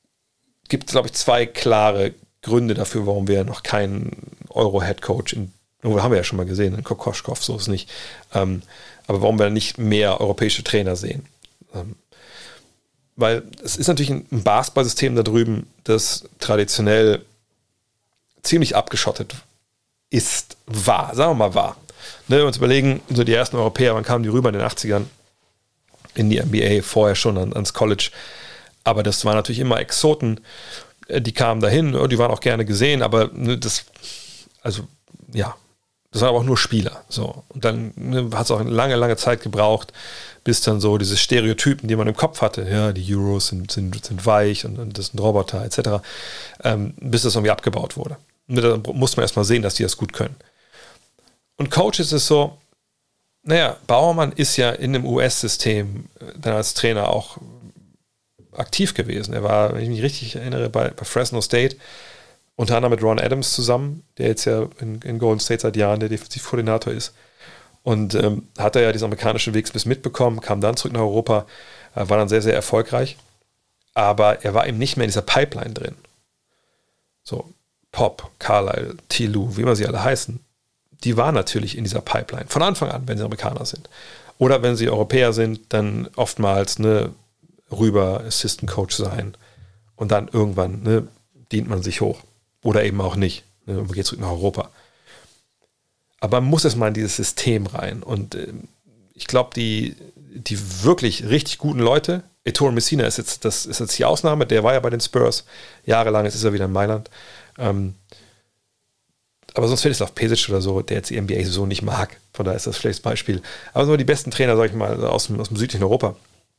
gibt, glaube ich, 2 klare Gründe dafür, warum wir noch keinen Euro-Head-Coach haben wir ja schon mal gesehen, in Kokoschkov, so ist es nicht. Aber warum wir nicht mehr europäische Trainer sehen? Weil es ist natürlich ein Basketballsystem da drüben, das traditionell ziemlich abgeschottet war, sagen wir mal war. Ne, wenn wir uns überlegen, so die ersten Europäer, wann kamen die rüber in den 80ern in die NBA, vorher schon ans College, aber das waren natürlich immer Exoten, die kamen dahin, die waren auch gerne gesehen, aber das waren aber auch nur Spieler. So. Und dann hat es auch eine lange, lange Zeit gebraucht, bis dann so diese Stereotypen, die man im Kopf hatte, ja, die Euros sind weich und das sind Roboter etc., bis das irgendwie abgebaut wurde. Und dann muss man erstmal sehen, dass die das gut können. Und Coaches ist so, Bauermann ist ja in dem US-System dann als Trainer auch aktiv gewesen. Er war, wenn ich mich richtig erinnere, bei Fresno State, unter anderem mit Ron Adams zusammen, der jetzt ja in Golden State seit Jahren der Defensivkoordinator ist. Und hat er ja diesen amerikanischen Weg bis mitbekommen, kam dann zurück nach Europa, war dann sehr, sehr erfolgreich. Aber er war eben nicht mehr in dieser Pipeline drin. So, Pop, Carlisle, T. Lou, wie immer sie alle heißen, die waren natürlich in dieser Pipeline. Von Anfang an, wenn sie Amerikaner sind. Oder wenn sie Europäer sind, dann oftmals rüber Assistant Coach sein. Und dann irgendwann dient man sich hoch. Oder eben auch nicht. Man geht zurück nach Europa. Aber man muss erstmal in dieses System rein. Und ich glaube, die wirklich richtig guten Leute, Ettore Messina ist jetzt die Ausnahme, der war ja bei den Spurs jahrelang, jetzt ist er wieder in Mailand. Aber sonst Vladislav Pesic oder so, der jetzt die NBA so nicht mag. Von daher ist das vielleicht das Beispiel. Aber so die besten Trainer, sag ich mal, aus dem südlichen Europa.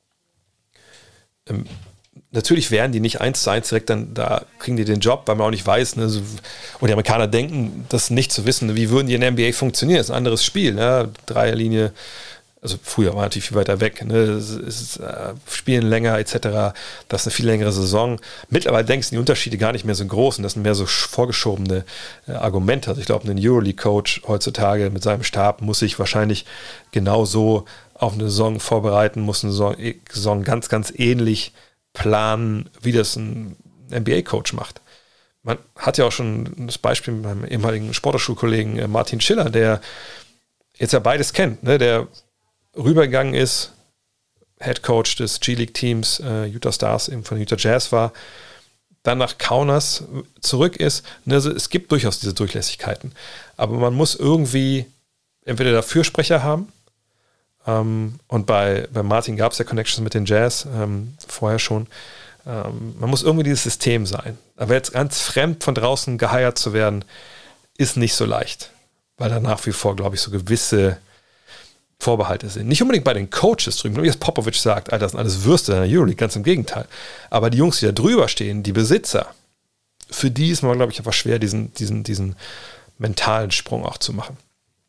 Natürlich werden die nicht 1:1 direkt dann, da kriegen die den Job, weil man auch nicht weiß, und die Amerikaner denken, das nicht zu wissen, wie würden die in der NBA funktionieren, das ist ein anderes Spiel, Dreierlinie, also früher war natürlich viel weiter weg, spielen länger etc., das ist eine viel längere Saison. Mittlerweile denkst du, die Unterschiede gar nicht mehr so groß und das sind mehr so vorgeschobene Argumente. Also ich glaube, ein Euroleague-Coach heutzutage mit seinem Stab muss sich wahrscheinlich genauso auf eine Saison vorbereiten, muss eine Saison ganz, ganz ähnlich planen, wie das ein NBA-Coach macht. Man hat ja auch schon das Beispiel mit meinem ehemaligen Sporthochschulkollegen Martin Schiller, der jetzt ja beides kennt, der rübergegangen ist Head Coach des G-League-Teams Utah Stars, eben von Utah Jazz war, dann nach Kaunas zurück ist. Also es gibt durchaus diese Durchlässigkeiten. Aber man muss irgendwie entweder da Fürsprecher haben, und bei Martin gab es ja Connections mit den Jazz, vorher schon. Man muss irgendwie dieses System sein. Aber jetzt ganz fremd von draußen geheiert zu werden, ist nicht so leicht. Weil da nach wie vor, glaube ich, so gewisse Vorbehalte sind. Nicht unbedingt bei den Coaches drüben, wie das Popovic sagt, Alter, das sind alles Würste in der Euroleague, ganz im Gegenteil. Aber die Jungs, die da drüber stehen, die Besitzer, für die ist man, glaube ich, einfach schwer, diesen mentalen Sprung auch zu machen.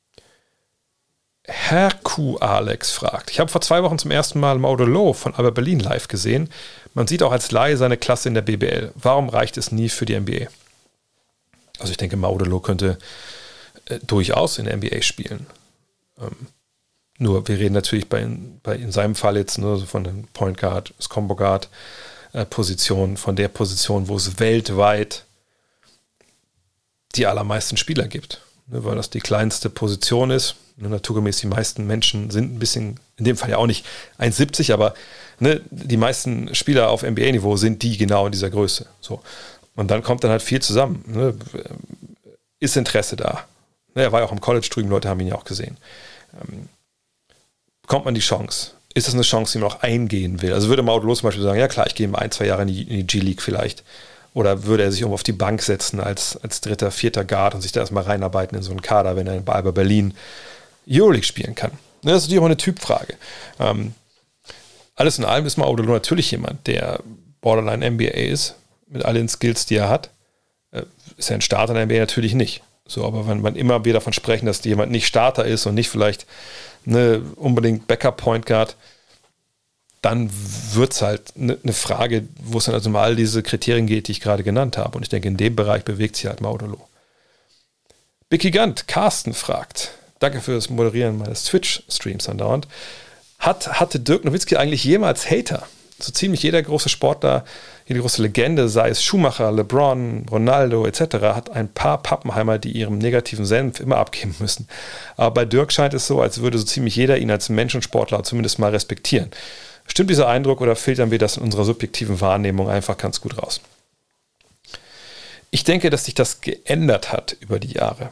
Herr Q. Alex fragt, ich habe vor 2 Wochen zum ersten Mal Maodo Lo von Alba Berlin live gesehen. Man sieht auch als Laie seine Klasse in der BBL. Warum reicht es nie für die NBA? Also ich denke, Maodo Lo könnte durchaus in der NBA spielen. Nur wir reden natürlich in seinem Fall jetzt nur so von den Point Guard, das Combo Guard Position, von der Position, wo es weltweit die allermeisten Spieler gibt. Weil das die kleinste Position ist. Naturgemäß die meisten Menschen sind ein bisschen, in dem Fall ja auch nicht 1,70, aber die meisten Spieler auf NBA-Niveau sind die genau in dieser Größe. So. Und dann kommt dann halt viel zusammen. Ist Interesse da? Er war ja auch im College drüben, Leute haben ihn ja auch gesehen. Bekommt man die Chance? Ist das eine Chance, die man auch eingehen will? Also würde Maodo Lo zum Beispiel sagen, ja klar, ich gehe mal 1-2 Jahre in die G-League vielleicht. Oder würde er sich irgendwo auf die Bank setzen als 3., 4. Guard und sich da erstmal reinarbeiten in so einen Kader, wenn er bei Alba Berlin Euroleague spielen kann? Das ist natürlich auch eine Typfrage. Alles in allem ist Maodo Lo natürlich jemand, der Borderline NBA ist, mit all den Skills, die er hat. Ist er ein Starter in der NBA? Natürlich nicht. So, aber wenn man immer wieder davon sprechen, dass jemand nicht Starter ist und nicht vielleicht unbedingt Backup-Point Guard, dann wird es halt eine Frage, wo es dann also um all diese Kriterien geht, die ich gerade genannt habe. Und ich denke, in dem Bereich bewegt sich halt Maodo Lo. Big Gigant, Carsten fragt, danke für das Moderieren meines Twitch-Streams andauernd, hatte Dirk Nowitzki eigentlich jemals Hater? So ziemlich jeder große Sportler, jede große Legende, sei es Schumacher, LeBron, Ronaldo etc., hat ein paar Pappenheimer, die ihrem negativen Senf immer abgeben müssen. Aber bei Dirk scheint es so, als würde so ziemlich jeder ihn als Mensch und Sportler zumindest mal respektieren. Stimmt dieser Eindruck oder filtern wir das in unserer subjektiven Wahrnehmung einfach ganz gut raus? Ich denke, dass sich das geändert hat über die Jahre.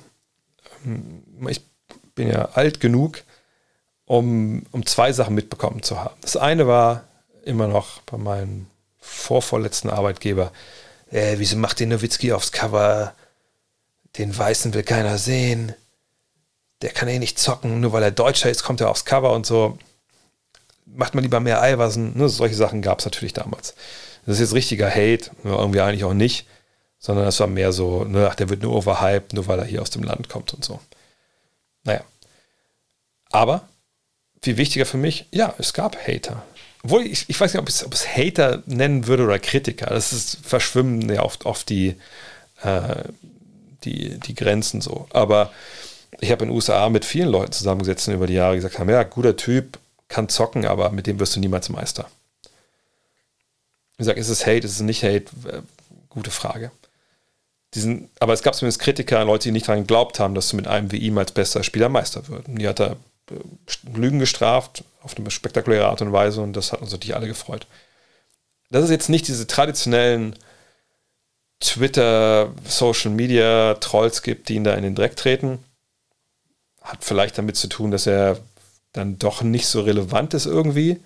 Ich bin ja alt genug, um 2 Sachen mitbekommen zu haben. Das eine war immer noch bei meinem vorvorletzten Arbeitgeber, wieso macht den Nowitzki aufs Cover? Den Weißen will keiner sehen. Der kann eh nicht zocken, nur weil er Deutscher ist, kommt er aufs Cover und so. Macht man lieber mehr Eiwassen. Solche Sachen gab es natürlich damals. Das ist jetzt richtiger Hate, irgendwie eigentlich auch nicht, sondern das war mehr so, der wird nur overhyped, nur weil er hier aus dem Land kommt und so. Naja. Aber, viel wichtiger für mich, ja, es gab Hater. Obwohl, ich weiß nicht, ob es Hater nennen würde oder Kritiker. Das ist verschwimmen ja oft die Grenzen so. Aber ich habe in den USA mit vielen Leuten zusammengesetzt und über die Jahre gesagt haben, ja, guter Typ, kann zocken, aber mit dem wirst du niemals Meister. Ich sage, ist es Hate, ist es nicht Hate? Gute Frage. Aber es gab zumindest Kritiker, Leute, die nicht daran geglaubt haben, dass du mit einem wie ihm als bester Spieler Meister wird. Und die hat er Lügen gestraft, auf eine spektakuläre Art und Weise, und das hat uns natürlich alle gefreut. Das ist jetzt nicht diese traditionellen Twitter, Social Media Trolls gibt, die ihn da in den Dreck treten. Hat vielleicht damit zu tun, dass er dann doch nicht so relevant ist irgendwie.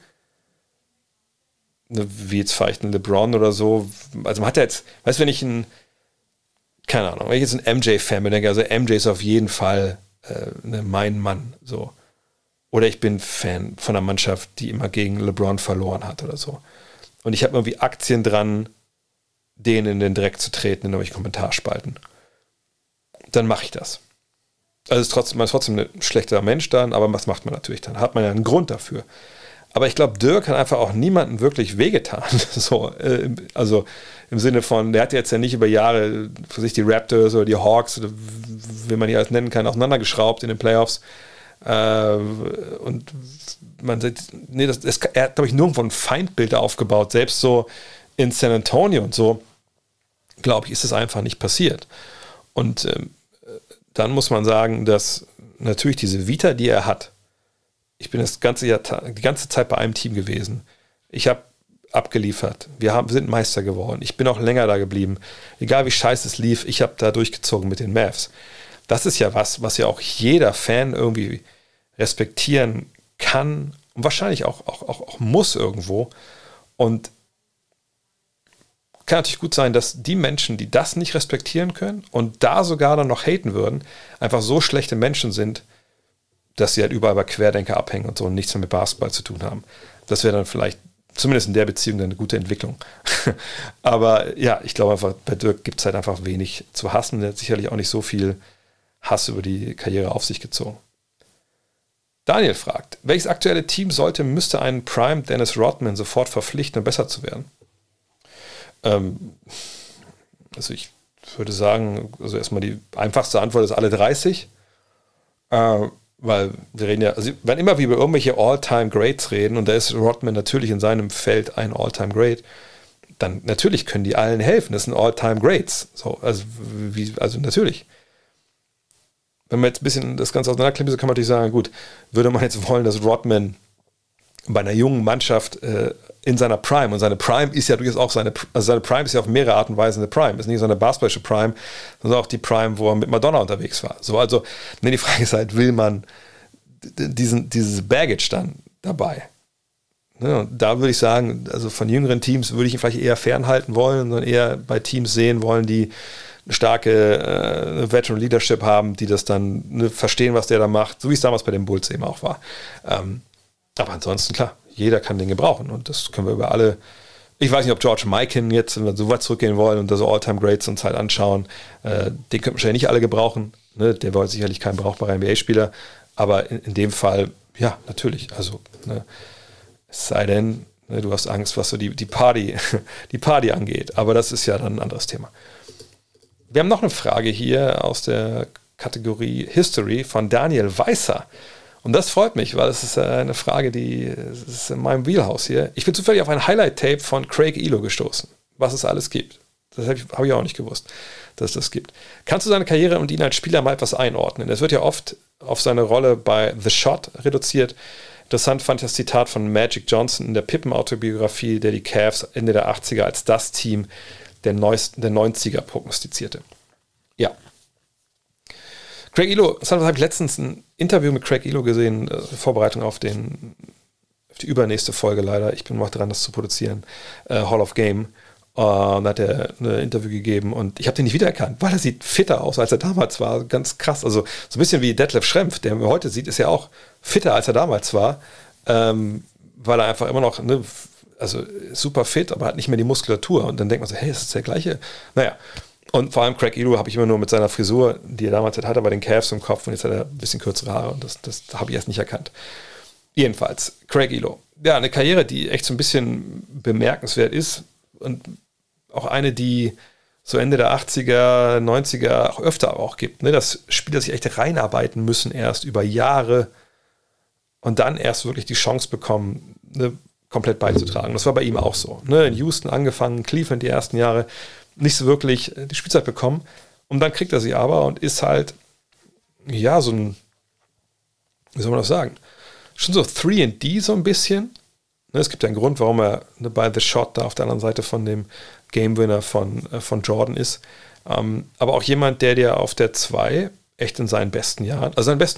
Wie jetzt vielleicht ein LeBron oder so. Also man hat ja jetzt, weißt du, wenn ich jetzt ein MJ-Fan bin, denke, also MJ ist auf jeden Fall mein Mann. So. Oder ich bin Fan von einer Mannschaft, die immer gegen LeBron verloren hat oder so. Und ich habe irgendwie Aktien dran, denen in den Dreck zu treten in irgendwelchen Kommentarspalten. Dann mache ich das. Also man ist trotzdem ein schlechter Mensch dann, aber was macht man natürlich dann? Hat man ja einen Grund dafür. Aber ich glaube, Dirk hat einfach auch niemandem wirklich wehgetan. So, also im Sinne von, der hat jetzt ja nicht über Jahre für sich die Raptors oder die Hawks, oder wie man die alles nennen kann, auseinandergeschraubt in den Playoffs. Und man sagt, er hat, glaube ich, nirgendwo ein Feindbild aufgebaut. Selbst so in San Antonio und so, glaube ich, ist es einfach nicht passiert. Und dann muss man sagen, dass natürlich diese Vita, die er hat, ich bin die ganze Zeit bei einem Team gewesen. Ich habe abgeliefert. Wir sind Meister geworden. Ich bin auch länger da geblieben. Egal wie scheiße es lief, ich habe da durchgezogen mit den Mavs. Das ist ja was ja auch jeder Fan irgendwie respektieren kann und wahrscheinlich auch muss irgendwo. Und kann natürlich gut sein, dass die Menschen, die das nicht respektieren können und da sogar dann noch haten würden, einfach so schlechte Menschen sind, dass sie halt überall bei Querdenker abhängen und so und nichts mehr mit Basketball zu tun haben. Das wäre dann vielleicht zumindest in der Beziehung eine gute Entwicklung. Aber ja, ich glaube einfach, bei Dirk gibt es halt einfach wenig zu hassen. Er hat sicherlich auch nicht so viel Hass über die Karriere auf sich gezogen. Daniel fragt, welches aktuelle Team müsste einen Prime Dennis Rodman sofort verpflichten, um besser zu werden? Also ich würde sagen, also erstmal die einfachste Antwort ist alle 30. Weil wir reden ja, also wenn immer wir über irgendwelche All-Time-Greats reden und da ist Rodman natürlich in seinem Feld ein All-Time-Great, dann natürlich können die allen helfen. Das sind All-Time-Greats. So, also natürlich. Wenn man jetzt ein bisschen das Ganze auseinanderklimmt, kann man natürlich sagen, gut, würde man jetzt wollen, dass Rodman bei einer jungen Mannschaft in seiner Prime, und seine Prime ist ja durchaus auch seine Prime ist ja auf mehrere Arten und Weisen eine Prime, ist nicht so eine basketballische Prime, sondern auch die Prime, wo er mit Madonna unterwegs war. So, also, die Frage ist halt, will man dieses Baggage dann dabei? Ne, und da würde ich sagen, also von jüngeren Teams würde ich ihn vielleicht eher fernhalten wollen, sondern eher bei Teams sehen wollen, die eine starke Veteran Leadership haben, die das dann verstehen, was der da macht, so wie es damals bei den Bulls eben auch war. Aber ansonsten, klar, jeder kann den gebrauchen und das können wir über alle, ich weiß nicht, ob George Mikan jetzt, wenn wir so weit zurückgehen wollen und da so All-Time-Greats uns halt anschauen, den könnten wir wahrscheinlich nicht alle gebrauchen, ne? Der war sicherlich kein brauchbarer NBA-Spieler, aber in dem Fall, ja, natürlich, also, ne? Es sei denn, ne, du hast Angst, was so die Party angeht, aber das ist ja dann ein anderes Thema. Wir haben noch eine Frage hier aus der Kategorie History von Daniel Weißer. Und das freut mich, weil es ist eine Frage, die ist in meinem Wheelhouse hier. Ich bin zufällig auf ein Highlight-Tape von Craig Elo gestoßen, was es alles gibt. Das habe ich auch nicht gewusst, dass es das gibt. Kannst du seine Karriere und ihn als Spieler mal etwas einordnen? Es wird ja oft auf seine Rolle bei The Shot reduziert. Interessant fand ich das Zitat von Magic Johnson in der Pippen-Autobiografie, der die Cavs Ende der 80er als das Team der 90er prognostizierte. Ja. Craig Elo, das habe ich letztens ein Interview mit Craig Elo gesehen, Vorbereitung auf die übernächste Folge leider. Ich bin noch dran, das zu produzieren. Hall of Game. Und hat er ein Interview gegeben und ich habe den nicht wiedererkannt, weil er sieht fitter aus, als er damals war. Ganz krass. Also so ein bisschen wie Detlef Schrempf, der man heute sieht, ist ja auch fitter, als er damals war. Weil er einfach immer noch, ne, also super fit, aber hat nicht mehr die Muskulatur. Und dann denkt man so, hey, ist das der gleiche? Naja. Und vor allem Craig Elo habe ich immer nur mit seiner Frisur, die er damals hatte, bei den Cavs im Kopf und jetzt hat er ein bisschen kürzere Haare und das habe ich erst nicht erkannt. Jedenfalls, Craig Elo. Ja, eine Karriere, die echt so ein bisschen bemerkenswert ist und auch eine, die so Ende der 80er, 90er auch öfter auch gibt, ne? Dass Spieler sich echt reinarbeiten müssen erst über Jahre und dann erst wirklich die Chance bekommen, ne, komplett beizutragen. Das war bei ihm auch so. Ne? In Houston angefangen, Cleveland die ersten Jahre, nicht so wirklich die Spielzeit bekommen. Und dann kriegt er sie aber und ist halt, ja, so ein, wie soll man das sagen, schon so 3&D so ein bisschen. Es gibt ja einen Grund, warum er bei The Shot da auf der anderen Seite von dem Game Winner von Jordan ist. Aber auch jemand, der auf der 2 echt in seinen besten Jahren,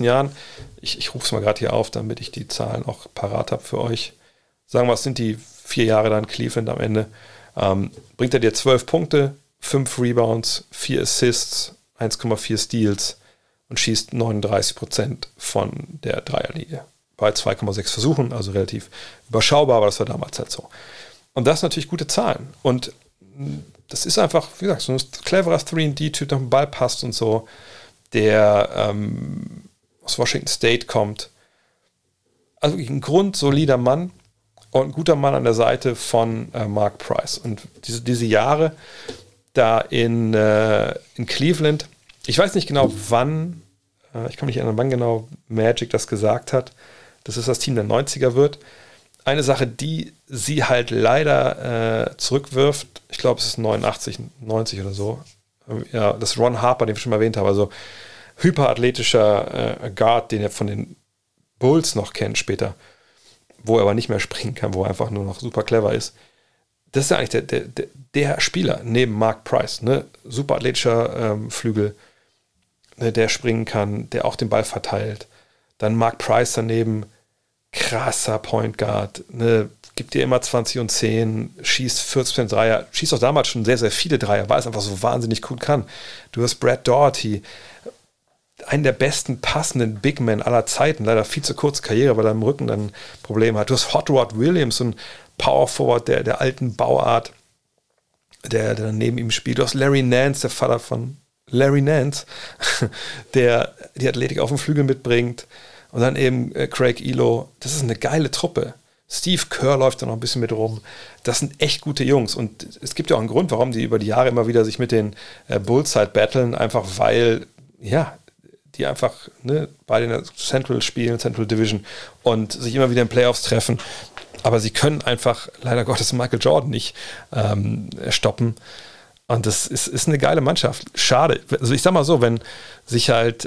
ich rufe es mal gerade hier auf, damit ich die Zahlen auch parat habe für euch. Sagen wir, es sind die 4 Jahre dann Cleveland am Ende. Bringt er dir 12 Punkte, 5 Rebounds, 4 Assists, 1,4 Steals und schießt 39% von der Dreierlinie. Bei 2,6 Versuchen, also relativ überschaubar, aber das war damals halt so. Und das sind natürlich gute Zahlen. Und das ist einfach, wie gesagt, so ein cleverer 3&D-Typ, der auf den Ball passt und so, der aus Washington State kommt. Also ein grundsolider Mann und ein guter Mann an der Seite von Mark Price. Und diese Jahre da in Cleveland, ich weiß nicht genau wann, ich kann mich erinnern, wann genau Magic das gesagt hat, dass es das Team der 90er wird. Eine Sache, die sie halt leider zurückwirft, ich glaube es ist 89, 90 oder so, ja, das ist Ron Harper, den ich schon mal erwähnt habe, also hyperathletischer Guard, den er von den Bulls noch kennen später, wo er aber nicht mehr springen kann, wo er einfach nur noch super clever ist. Das ist ja eigentlich der Spieler neben Mark Price, ne? Super athletischer Flügel, ne? Der springen kann, der auch den Ball verteilt. Dann Mark Price daneben, krasser Point Guard, ne? Gibt dir immer 20 und 10, schießt 40% Dreier, schießt auch damals schon sehr, sehr viele Dreier, weil es einfach so wahnsinnig gut kann. Du hast Brad Daugherty, einen der besten passenden Big Men aller Zeiten, leider viel zu kurze Karriere, weil er im Rücken dann Probleme hat. Du hast Hot Rod Williams, so ein Power Forward der alten Bauart, der neben ihm spielt. Du hast Larry Nance, der Vater von Larry Nance, der die Athletik auf dem Flügel mitbringt. Und dann eben Craig Elo. Das ist eine geile Truppe. Steve Kerr läuft da noch ein bisschen mit rum. Das sind echt gute Jungs. Und es gibt ja auch einen Grund, warum die über die Jahre immer wieder sich mit den Bulls halt battlen. Einfach weil, ja, die einfach beide in der Central spielen, Central Division und sich immer wieder in Playoffs treffen. Aber sie können einfach, leider Gottes, Michael Jordan nicht stoppen. Und das ist eine geile Mannschaft. Schade. Also ich sag mal so, wenn sich halt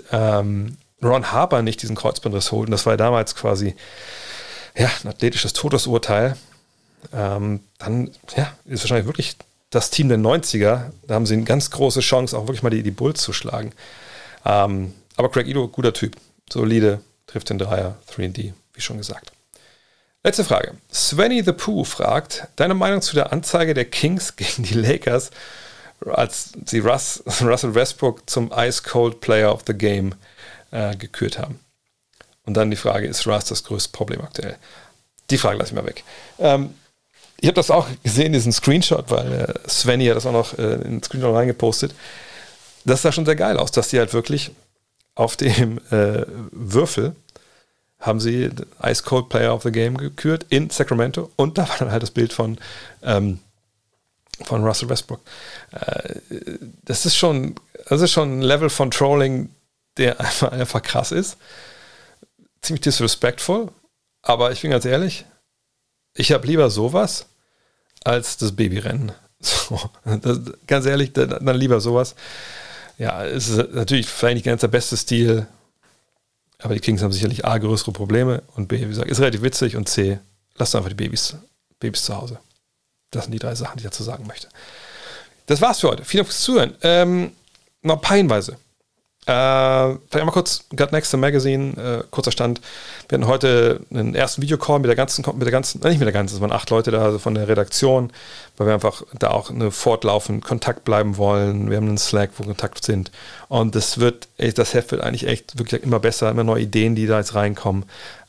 Ron Harper nicht diesen Kreuzbandriss holt, und das war ja damals quasi ein athletisches Todesurteil, dann ist wahrscheinlich wirklich das Team der 90er, da haben sie eine ganz große Chance, auch wirklich mal die Bulls zu schlagen. Aber Craig Elo, guter Typ. Solide, trifft den Dreier, 3&D, wie schon gesagt. Letzte Frage. Svenny the Pooh fragt, deine Meinung zu der Anzeige der Kings gegen die Lakers, als sie Russell Westbrook zum Ice Cold Player of the Game gekürt haben. Und dann die Frage, ist Russ das größte Problem aktuell? Die Frage lasse ich mal weg. Ich habe das auch gesehen, diesen Screenshot, weil Svenny hat das auch noch in den Screenshot reingepostet. Das sah schon sehr geil aus, dass die halt wirklich auf dem Würfel haben sie Ice Cold Player of the Game gekürt in Sacramento und da war dann halt das Bild von Russell Westbrook. Das ist schon ein Level von Trolling, der einfach krass ist. Ziemlich disrespectful, aber ich bin ganz ehrlich, ich habe lieber sowas als das Babyrennen. So, ganz ehrlich, dann lieber sowas. Ja, es ist natürlich vielleicht nicht ganz der beste Stil, aber die Kings haben sicherlich A, größere Probleme und B, wie gesagt, ist relativ witzig und C, lasst einfach die Babys zu Hause. Das sind die 3 Sachen, die ich dazu sagen möchte. Das war's für heute. Vielen Dank fürs Zuhören. Noch ein paar Hinweise. Vielleicht mal kurz, Got Next Magazine, kurzer Stand. Wir hatten heute einen ersten Videocall mit der ganzen, es waren 8 Leute da, also von der Redaktion, weil wir einfach da auch fortlaufend Kontakt bleiben wollen. Wir haben einen Slack, wo Kontakt sind. Und das Heft wird eigentlich echt wirklich immer besser, immer neue Ideen, die da jetzt reinkommen.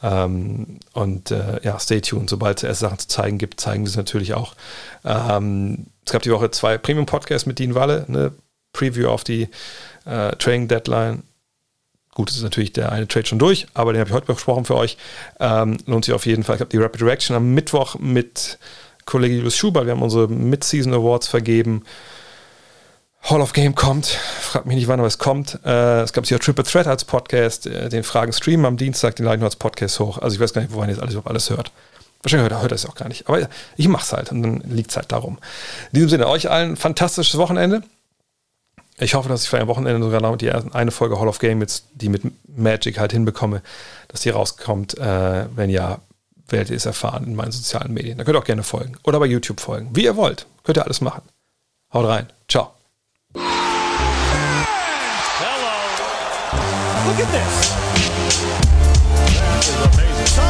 Stay tuned. Sobald es erst Sachen zu zeigen gibt, zeigen wir es natürlich auch. Es gab die Woche 2 Premium-Podcasts mit Dean Walle, eine Preview auf die Trading Deadline. Gut, es ist natürlich der eine Trade schon durch, aber den habe ich heute besprochen für euch. Lohnt sich auf jeden Fall. Ich habe die Rapid Reaction am Mittwoch mit Kollege Julius Schubert. Wir haben unsere Mid-Season Awards vergeben. Hall of Game kommt. Fragt mich nicht wann, aber es kommt. Es gab hier Triple Threat als Podcast. Den Fragen streamen am Dienstag, den leiten wir als Podcast hoch. Also ich weiß gar nicht, wo man jetzt alles hört. Wahrscheinlich hört er es auch gar nicht. Aber ich mache es halt und dann liegt es halt darum. In diesem Sinne, euch allen ein fantastisches Wochenende. Ich hoffe, dass ich für ein Wochenende sogar noch eine Folge Hall of Game jetzt, die mit Magic halt hinbekomme, dass die rauskommt. Wenn ja, werdet ihr es erfahren in meinen sozialen Medien. Da könnt ihr auch gerne folgen. Oder bei YouTube folgen. Wie ihr wollt. Könnt ihr alles machen. Haut rein. Ciao. Hello. Look at this. That is amazing.